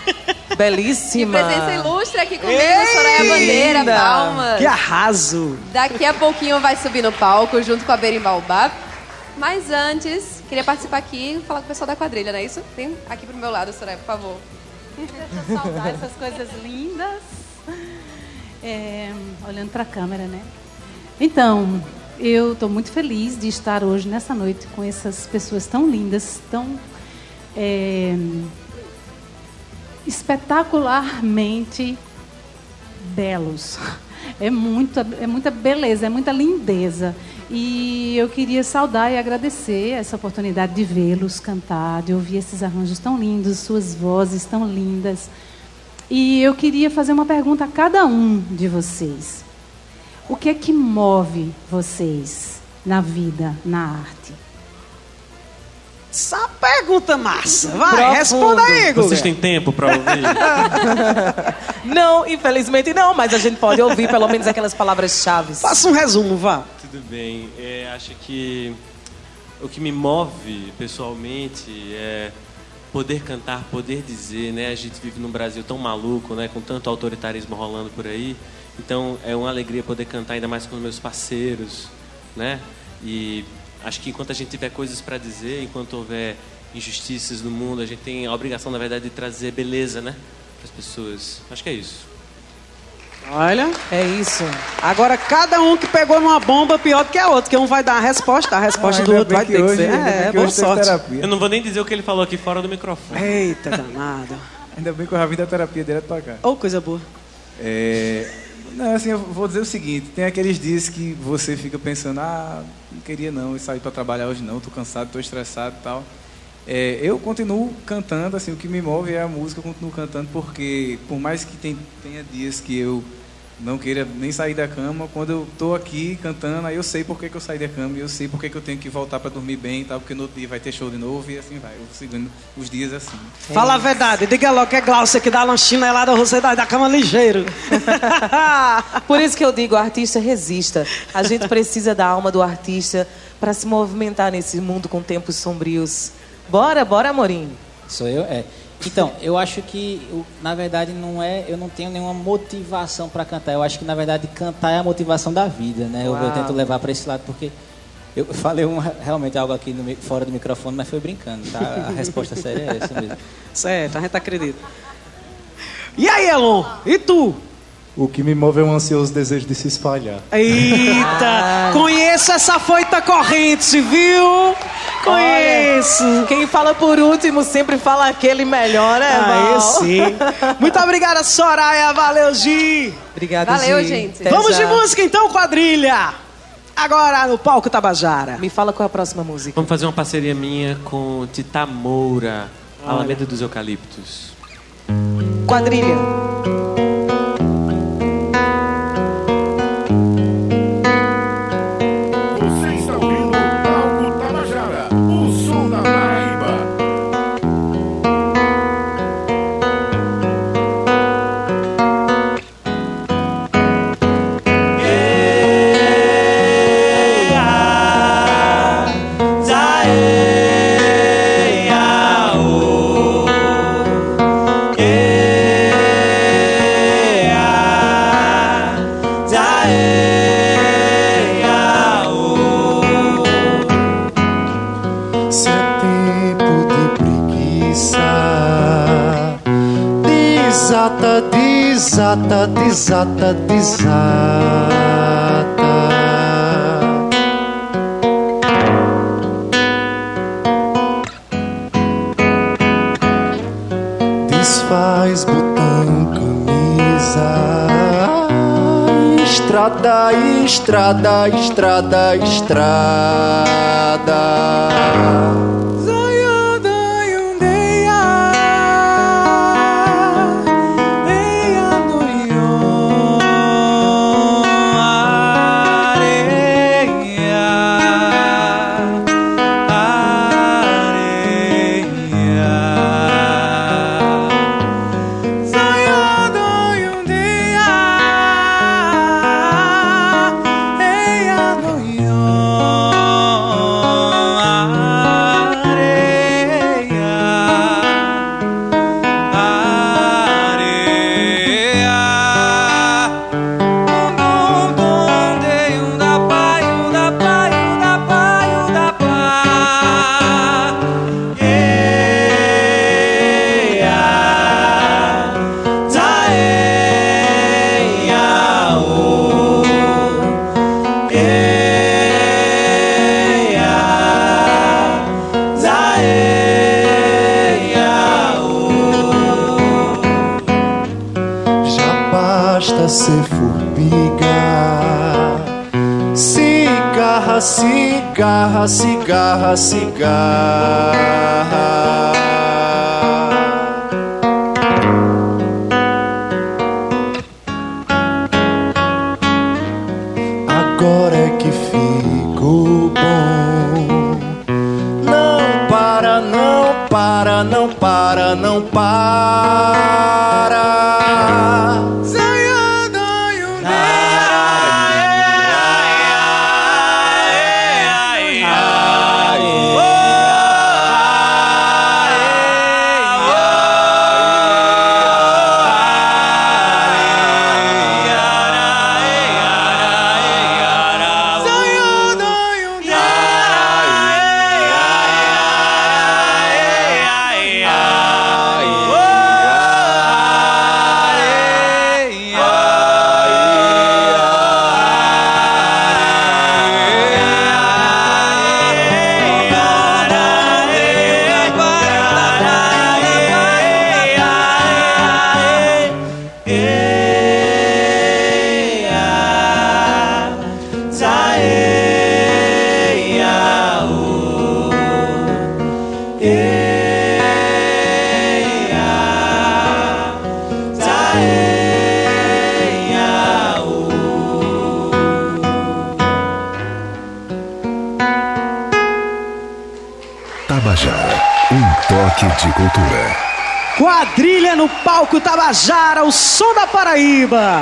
Speaker 3: Belíssima.
Speaker 8: Que presença ilustre aqui comigo,
Speaker 2: Ei,
Speaker 8: Soraya Bandeira,
Speaker 3: linda.
Speaker 8: palmas.
Speaker 2: Que arraso.
Speaker 8: Daqui a pouquinho vai subir no palco junto com a Berimbaubá. Mas antes, queria participar aqui e falar com o pessoal da quadrilha, não é isso? Vem aqui pro meu lado, Soraya, por favor.
Speaker 12: Deixa eu saudar essas coisas lindas. É, olhando para a câmera, né? Então, eu estou muito feliz de estar hoje, nessa noite, com essas pessoas tão lindas, tão é, espetacularmente belos. É, muito, é muita beleza, é muita lindeza. E eu queria saudar e agradecer essa oportunidade de vê-los cantar, de ouvir esses arranjos tão lindos, suas vozes tão lindas. E eu queria fazer uma pergunta a cada um de vocês. O que é que move vocês na vida, na arte?
Speaker 2: Essa pergunta massa. Vai,
Speaker 3: Profundo.
Speaker 2: responda aí, Guga.
Speaker 4: Vocês têm tempo para ouvir?
Speaker 3: Não, infelizmente não, mas a gente pode ouvir pelo menos aquelas palavras-chave.
Speaker 2: Faça um resumo, vá.
Speaker 4: Tudo bem. É, acho que o que me move pessoalmente é poder cantar, poder dizer, né? A gente vive num Brasil tão maluco, né? Com tanto autoritarismo rolando por aí. Então é uma alegria poder cantar, ainda mais com os meus parceiros, né? E acho que enquanto a gente tiver coisas para dizer, enquanto houver injustiças no mundo, a gente tem a obrigação, na verdade, de trazer beleza, né? Para as pessoas. Acho que é isso.
Speaker 2: Olha.
Speaker 3: É isso.
Speaker 2: Agora, cada um que pegou numa bomba pior do que a outra, que um vai dar a resposta, a resposta
Speaker 6: Ah,
Speaker 2: do
Speaker 6: ainda
Speaker 2: outro vai
Speaker 6: bem
Speaker 2: ter
Speaker 6: que
Speaker 2: que
Speaker 6: hoje-
Speaker 2: ser.
Speaker 6: ainda bem
Speaker 2: É,
Speaker 6: que
Speaker 2: boa
Speaker 6: hoje teve
Speaker 2: sorte.
Speaker 6: terapia.
Speaker 4: Eu não vou nem dizer o que ele falou aqui fora do microfone.
Speaker 2: Eita, danado.
Speaker 6: Ainda bem que eu já vim da terapia direto pra cá.
Speaker 2: Ô, oh, coisa boa.
Speaker 6: É... Não, assim, eu vou dizer o seguinte, tem aqueles dias que você fica pensando, ah, não queria não sair para trabalhar hoje não, tô cansado, tô estressado e tal. É, eu continuo cantando, assim, o que me move é a música, eu continuo cantando porque, por mais que tem, tenha dias que eu não queira nem sair da cama, quando eu tô aqui cantando, aí eu sei por que, que eu saí da cama, e eu sei por que, que eu tenho que voltar para dormir bem e tal, porque no outro dia vai ter show de novo e assim vai, eu vou seguindo os dias assim.
Speaker 2: Fala a verdade, diga logo que é Glaucia que dá lanchinha lá da você da, da cama ligeiro.
Speaker 3: Por isso que eu digo, artista resista. A gente precisa da alma do artista para se movimentar nesse mundo com tempos sombrios. Bora, bora, Amorim.
Speaker 7: Sou eu? É. Então, eu acho que, eu, na verdade, não é, eu não tenho nenhuma motivação para cantar. Eu acho que, na verdade, cantar é a motivação da vida, né? Eu, eu tento levar para esse lado, porque eu falei uma, realmente algo aqui no, fora do microfone, mas foi brincando, tá? A resposta séria é essa mesmo.
Speaker 2: Certo, a gente acredita. E aí, Elon? E tu?
Speaker 10: O que me move é um ansioso desejo de se espalhar.
Speaker 2: Eita! Conheço essa foita corrente, viu? Conheço!
Speaker 3: Olha, quem fala por último sempre fala aquele melhor, né,
Speaker 2: Aí
Speaker 3: Val?
Speaker 2: sim. Muito obrigada, Soraya. Valeu, Gi.
Speaker 3: Obrigada,
Speaker 8: Valeu,
Speaker 3: Gi.
Speaker 8: gente.
Speaker 3: Até
Speaker 2: Vamos
Speaker 3: já.
Speaker 2: de música então, quadrilha. Agora no palco Tabajara.
Speaker 3: Me fala qual é a próxima música.
Speaker 4: Vamos fazer uma parceria minha com Tita Moura, Alameda dos Eucaliptos.
Speaker 3: Quadrilha.
Speaker 1: Você está ouvindo o Palco Tabajara, o som da Paraíba.
Speaker 10: Se é tempo de preguiça, desata, desata, desata, desata. Desfaz botão, camisa, estrada, estrada, estrada, estrada. Já basta ser formiga, cigarra, cigarra, cigarra, cigarra. para, não para, não para.
Speaker 1: Tabajara, um toque de cultura.
Speaker 2: Quadrilha no palco Tabajara, o som da Paraíba.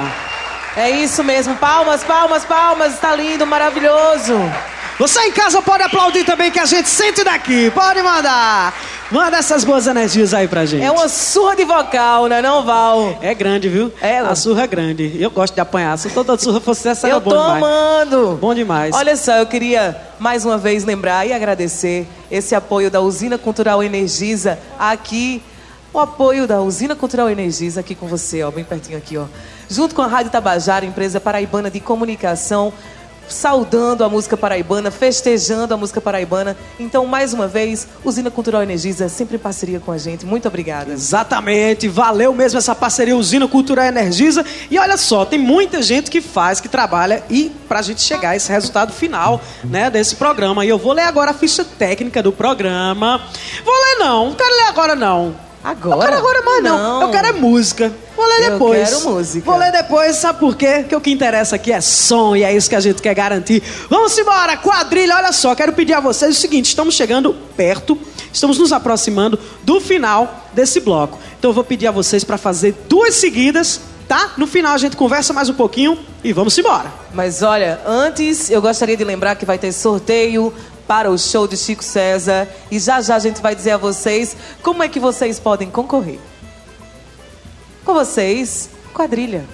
Speaker 3: É isso mesmo, palmas, palmas, palmas, está lindo, maravilhoso.
Speaker 2: Você em casa pode aplaudir também, que a gente sente daqui, pode mandar. Manda essas boas energias aí pra gente.
Speaker 3: É uma surra de vocal, né não, Val?
Speaker 2: É grande, viu? É, a surra é grande. Eu gosto de apanhar. Se toda surra fosse essa, era
Speaker 3: eu
Speaker 2: bom
Speaker 3: tô
Speaker 2: demais.
Speaker 3: amando.
Speaker 2: Bom demais.
Speaker 3: Olha só, eu queria mais uma vez lembrar e agradecer esse apoio da Usina Cultural Energisa aqui. O apoio da Usina Cultural Energisa aqui com você, ó, bem pertinho aqui, ó. Junto com a Rádio Tabajara, empresa paraibana de comunicação, saudando a música paraibana, festejando a música paraibana. Então, mais uma vez, Usina Cultural Energisa, sempre em parceria com a gente. Muito obrigada.
Speaker 2: Exatamente, valeu mesmo essa parceria Usina Cultural Energisa. E olha só, tem muita gente que faz, que trabalha e pra gente chegar a esse resultado final, né, desse programa. E eu vou ler agora a ficha técnica do programa. Vou ler não, não quero ler agora não.
Speaker 3: Agora?
Speaker 2: Eu quero agora mais não. não. Eu quero é música. Vou ler depois.
Speaker 3: Eu quero música.
Speaker 2: Vou ler depois, sabe por quê? Porque o que interessa aqui é som e é isso que a gente quer garantir. Vamos embora, quadrilha. Olha só, quero pedir a vocês o seguinte: estamos chegando perto, estamos nos aproximando do final desse bloco. Então eu vou pedir a vocês para fazer duas seguidas, tá? No final a gente conversa mais um pouquinho e vamos embora.
Speaker 3: Mas olha, antes eu gostaria de lembrar que vai ter sorteio para o show de Chico César. E já já a gente vai dizer a vocês como é que vocês podem concorrer. Com vocês, quadrilha.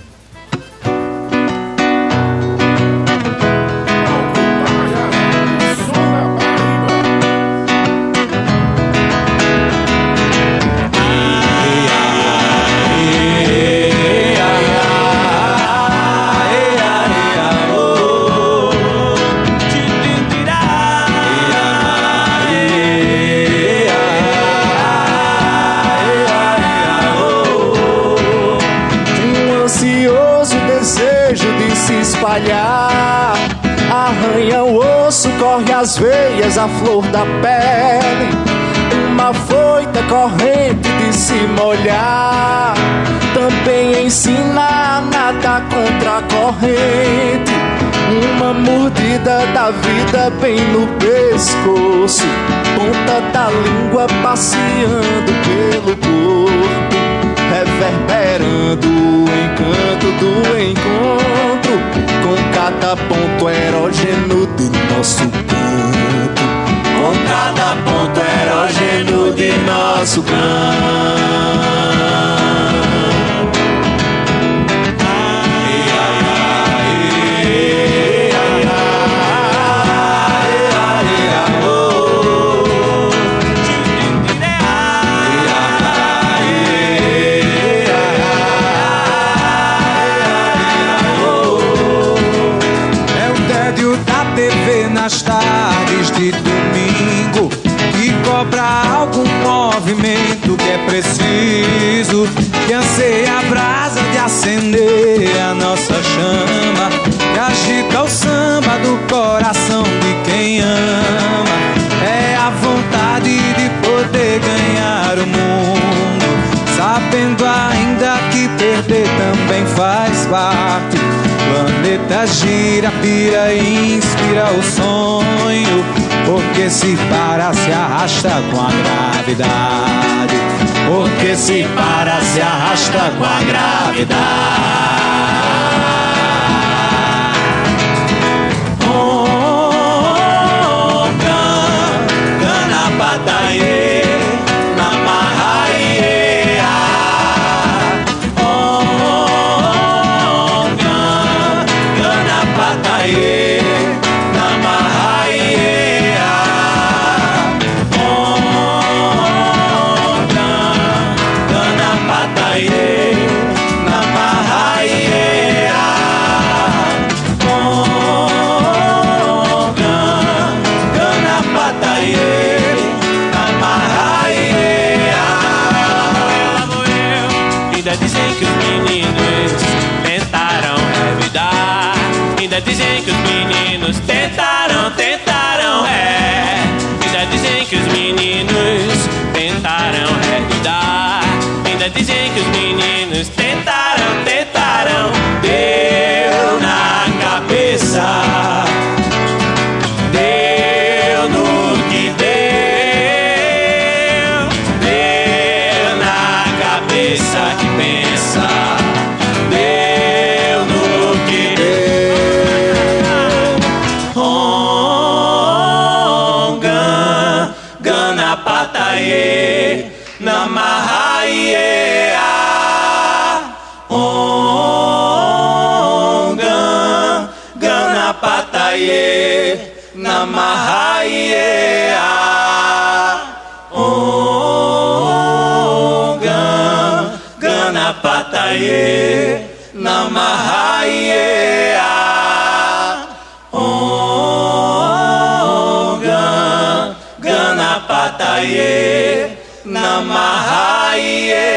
Speaker 10: Arranha o osso, corre as veias, a flor da pele. Uma foita corrente de se molhar também ensina a nadar contra a corrente. Uma mordida da vida bem no pescoço, ponta da língua passeando pelo corpo, reverberando o encanto do encontro com cada ponto erógeno de nosso canto, com cada ponto erógeno de nosso canto.
Speaker 13: Nas tardes de domingo, que cobra algum movimento que é preciso, que anseia a brasa de acender a nossa chama, que agita o samba do coração de quem ama. É a vontade de poder ganhar o mundo, sabendo ainda que perder também faz parte. Planeta gira, pira e inspira o sonho, porque se para se arrasta com a gravidade, porque se para se arrasta com a gravidade.
Speaker 5: Dizem que os meninos tentaram, tentaram, é. Ainda dizem que os meninos tentaram revidar. Ainda dizem que os meninos tentaram, tentaram. Deu na cabeça, deu no que deu, deu na cabeça que pensa, deu no que deu. Pataye, Namahaye, Om Ganapataye, Namahaye, Om Ganapataye, Namahaye, Om Ganapataye, Namahaye.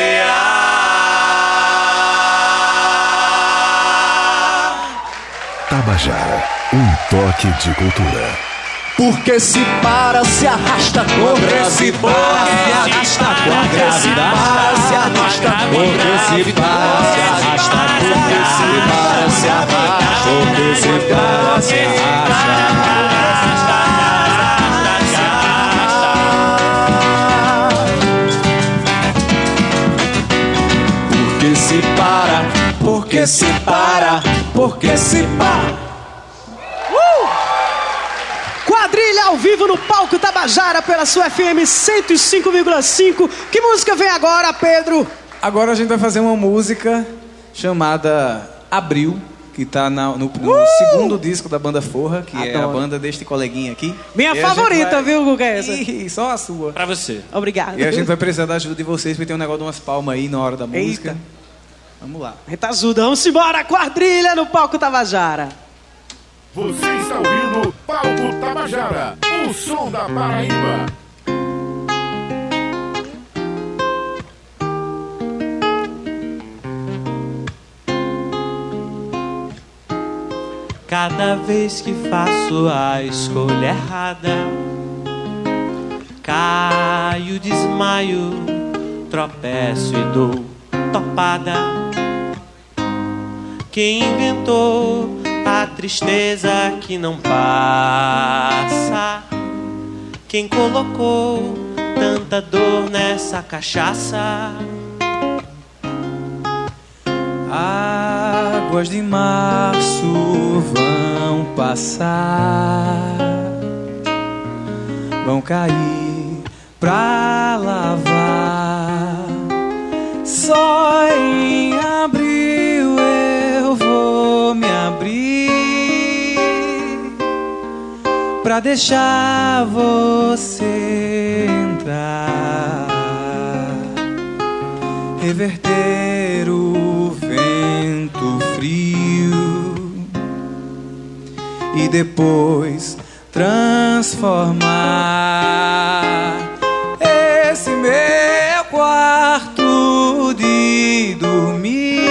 Speaker 1: Tabajara, um toque de cultura.
Speaker 10: Porque se para, se arrasta com a gravidade.
Speaker 13: Se para, se arrasta com a gravidade.
Speaker 10: Se arrasta com a
Speaker 13: Porque se para, se arrasta com a gravidade. Porque se para, se arrasta.
Speaker 10: Porque se para, porque se para, porque se para.
Speaker 2: Quadrilha ao vivo no palco Tabajara pela sua F M cento e cinco vírgula cinco. Que música vem agora, Pedro?
Speaker 6: Agora a gente vai fazer uma música chamada Abril, que está no, no
Speaker 2: uh!
Speaker 6: segundo disco da banda Forra, que
Speaker 2: Adoro.
Speaker 6: é a banda deste coleguinha aqui.
Speaker 2: Minha
Speaker 6: e
Speaker 2: favorita,
Speaker 6: vai...
Speaker 2: viu, Guga? Essa?
Speaker 6: Ih, só a sua.
Speaker 4: Pra você.
Speaker 2: Obrigado.
Speaker 6: E a gente vai precisar da ajuda de vocês, porque tem um negócio de umas palmas aí na hora da música.
Speaker 2: Eita.
Speaker 6: Vamos lá.
Speaker 2: Rita ajuda, vamos embora, Quadrilha no palco Tabajara.
Speaker 1: Você está ouvindo Palco Tabajara, o som da Paraíba.
Speaker 5: Cada vez que faço a escolha errada, caio, desmaio, tropeço e dou topada. Quem inventou a tristeza que não passa? Quem colocou tanta dor nessa cachaça?
Speaker 13: Águas de março vão passar, vão cair pra lavar. Só em abril eu vou me abrir pra deixar você entrar, reverter o vento frio e depois transformar esse meu quarto de dormir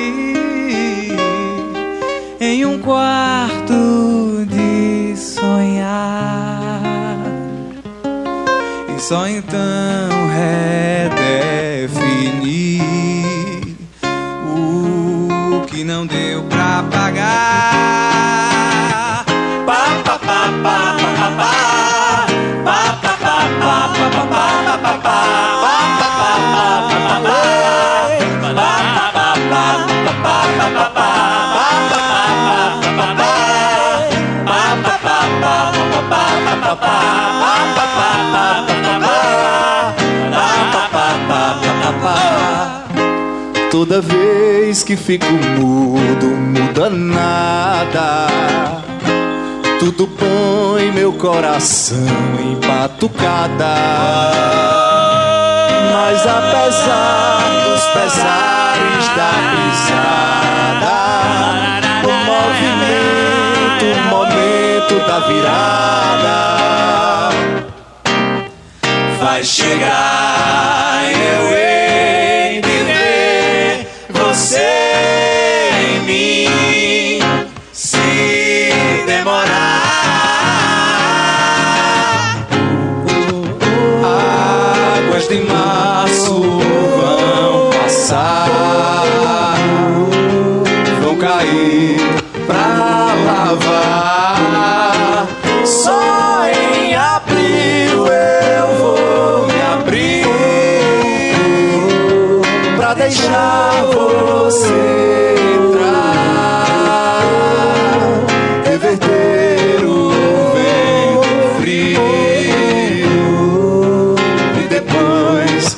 Speaker 13: em um quarto de sonhar, e só então redefinir o que não deu pra pagar. Pa, pa, pa,
Speaker 10: Toda vez que fico mudo, muda nada. Tudo põe meu coração em batucada. Mas apesar dos pesares da pisada, o movimento, o momento da virada vai chegar, eu hei de ver você em mim. Se demorar, águas de março vão passar, vão cair pra lavar. Só em abril eu vou me abrir pra deixar você entrar, reverter o vento frio e depois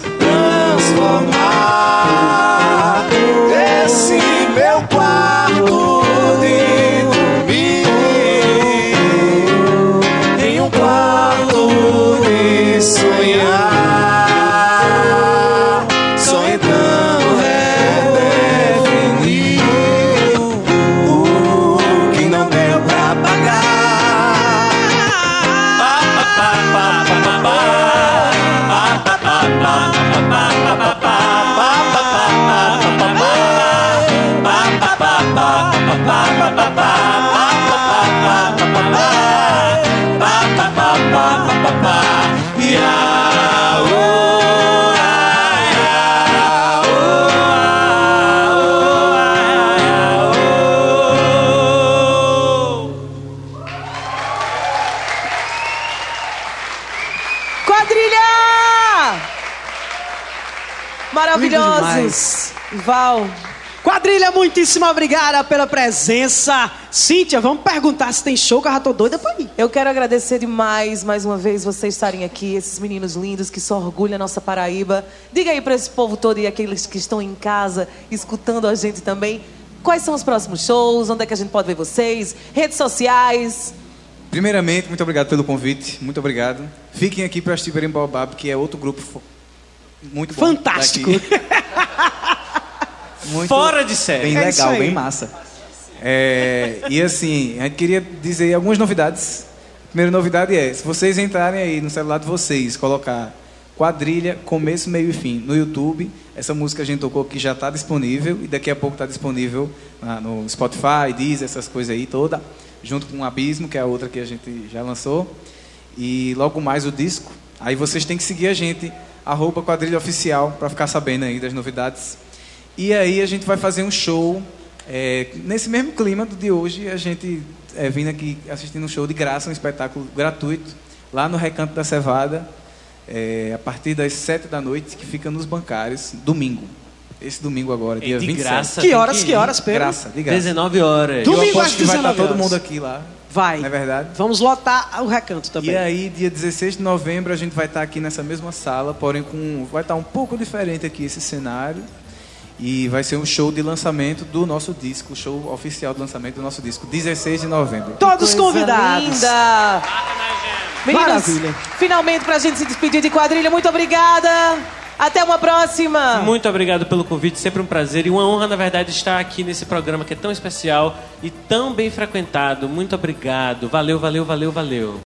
Speaker 10: transformar esse meu quarto de dormir em um quarto de sonhar. Só então redefinir o que não deu pra pagar.
Speaker 3: Quadrilha! Maravilhosos! Val.
Speaker 2: Quadrilha, muitíssimo obrigada pela presença. Cíntia, vamos perguntar se tem show, que eu já tô doida pra ir.
Speaker 3: Eu quero agradecer demais, mais uma vez, vocês estarem aqui, esses meninos lindos que só orgulham a nossa Paraíba. Diga aí pra esse povo todo e aqueles que estão em casa, escutando a gente também, quais são os próximos shows, onde é que a gente pode ver vocês, redes sociais.
Speaker 6: Primeiramente, muito obrigado pelo convite, muito obrigado. Fiquem aqui para assistir Berem Baobab, que é outro grupo fo- muito bom.
Speaker 2: Fantástico.
Speaker 6: Muito
Speaker 4: Fora de série.
Speaker 6: Bem
Speaker 2: É isso
Speaker 6: legal,
Speaker 2: aí.
Speaker 6: bem massa. É, e assim, a gente queria dizer algumas novidades. A primeira novidade é, se vocês entrarem aí no celular de vocês, colocar Quadrilha, começo, meio e fim, no YouTube, essa música a gente tocou aqui já está disponível e daqui a pouco está disponível na- no Spotify, Deezer, essas coisas aí toda, junto com o Abismo, que é a outra que a gente já lançou, e logo mais o disco. Aí vocês têm que seguir a gente, arroba Quadrilha Oficial, para ficar sabendo aí das novidades. E aí a gente vai fazer um show, é, nesse mesmo clima do de hoje, a gente é, vindo aqui assistindo um show de graça, um espetáculo gratuito, lá no Recanto da Cevada, é, a partir das sete da noite, que fica nos Bancários, domingo. Esse domingo agora, dia
Speaker 4: de
Speaker 6: vinte e sete.
Speaker 4: graça,
Speaker 2: Que
Speaker 4: tem
Speaker 2: horas,
Speaker 4: que
Speaker 2: que
Speaker 4: ir.
Speaker 2: horas, Pedro?
Speaker 6: Graça, de graça.
Speaker 4: dezenove horas.
Speaker 6: Eu
Speaker 2: Domingo às
Speaker 6: aposto que vai estar
Speaker 2: dezenove
Speaker 6: todo
Speaker 2: horas.
Speaker 6: mundo aqui lá.
Speaker 2: Vai.
Speaker 6: Não é verdade?
Speaker 2: Vamos lotar o Recanto também.
Speaker 6: E aí, dia dezesseis de novembro, a gente vai estar aqui nessa mesma sala, porém com vai estar um pouco diferente aqui esse cenário. E vai ser um show de lançamento do nosso disco, o show oficial de lançamento do nosso disco, dezesseis de novembro.
Speaker 2: Todos
Speaker 3: Coisa
Speaker 2: convidados.
Speaker 3: linda! Meninas,
Speaker 2: Maravilha.
Speaker 3: finalmente pra gente se despedir de Quadrilha, muito obrigada! Até uma próxima!
Speaker 4: Muito obrigado pelo convite, sempre um prazer e uma honra, na verdade, estar aqui nesse programa que é tão especial e tão bem frequentado. Muito obrigado. Valeu, valeu, valeu, valeu.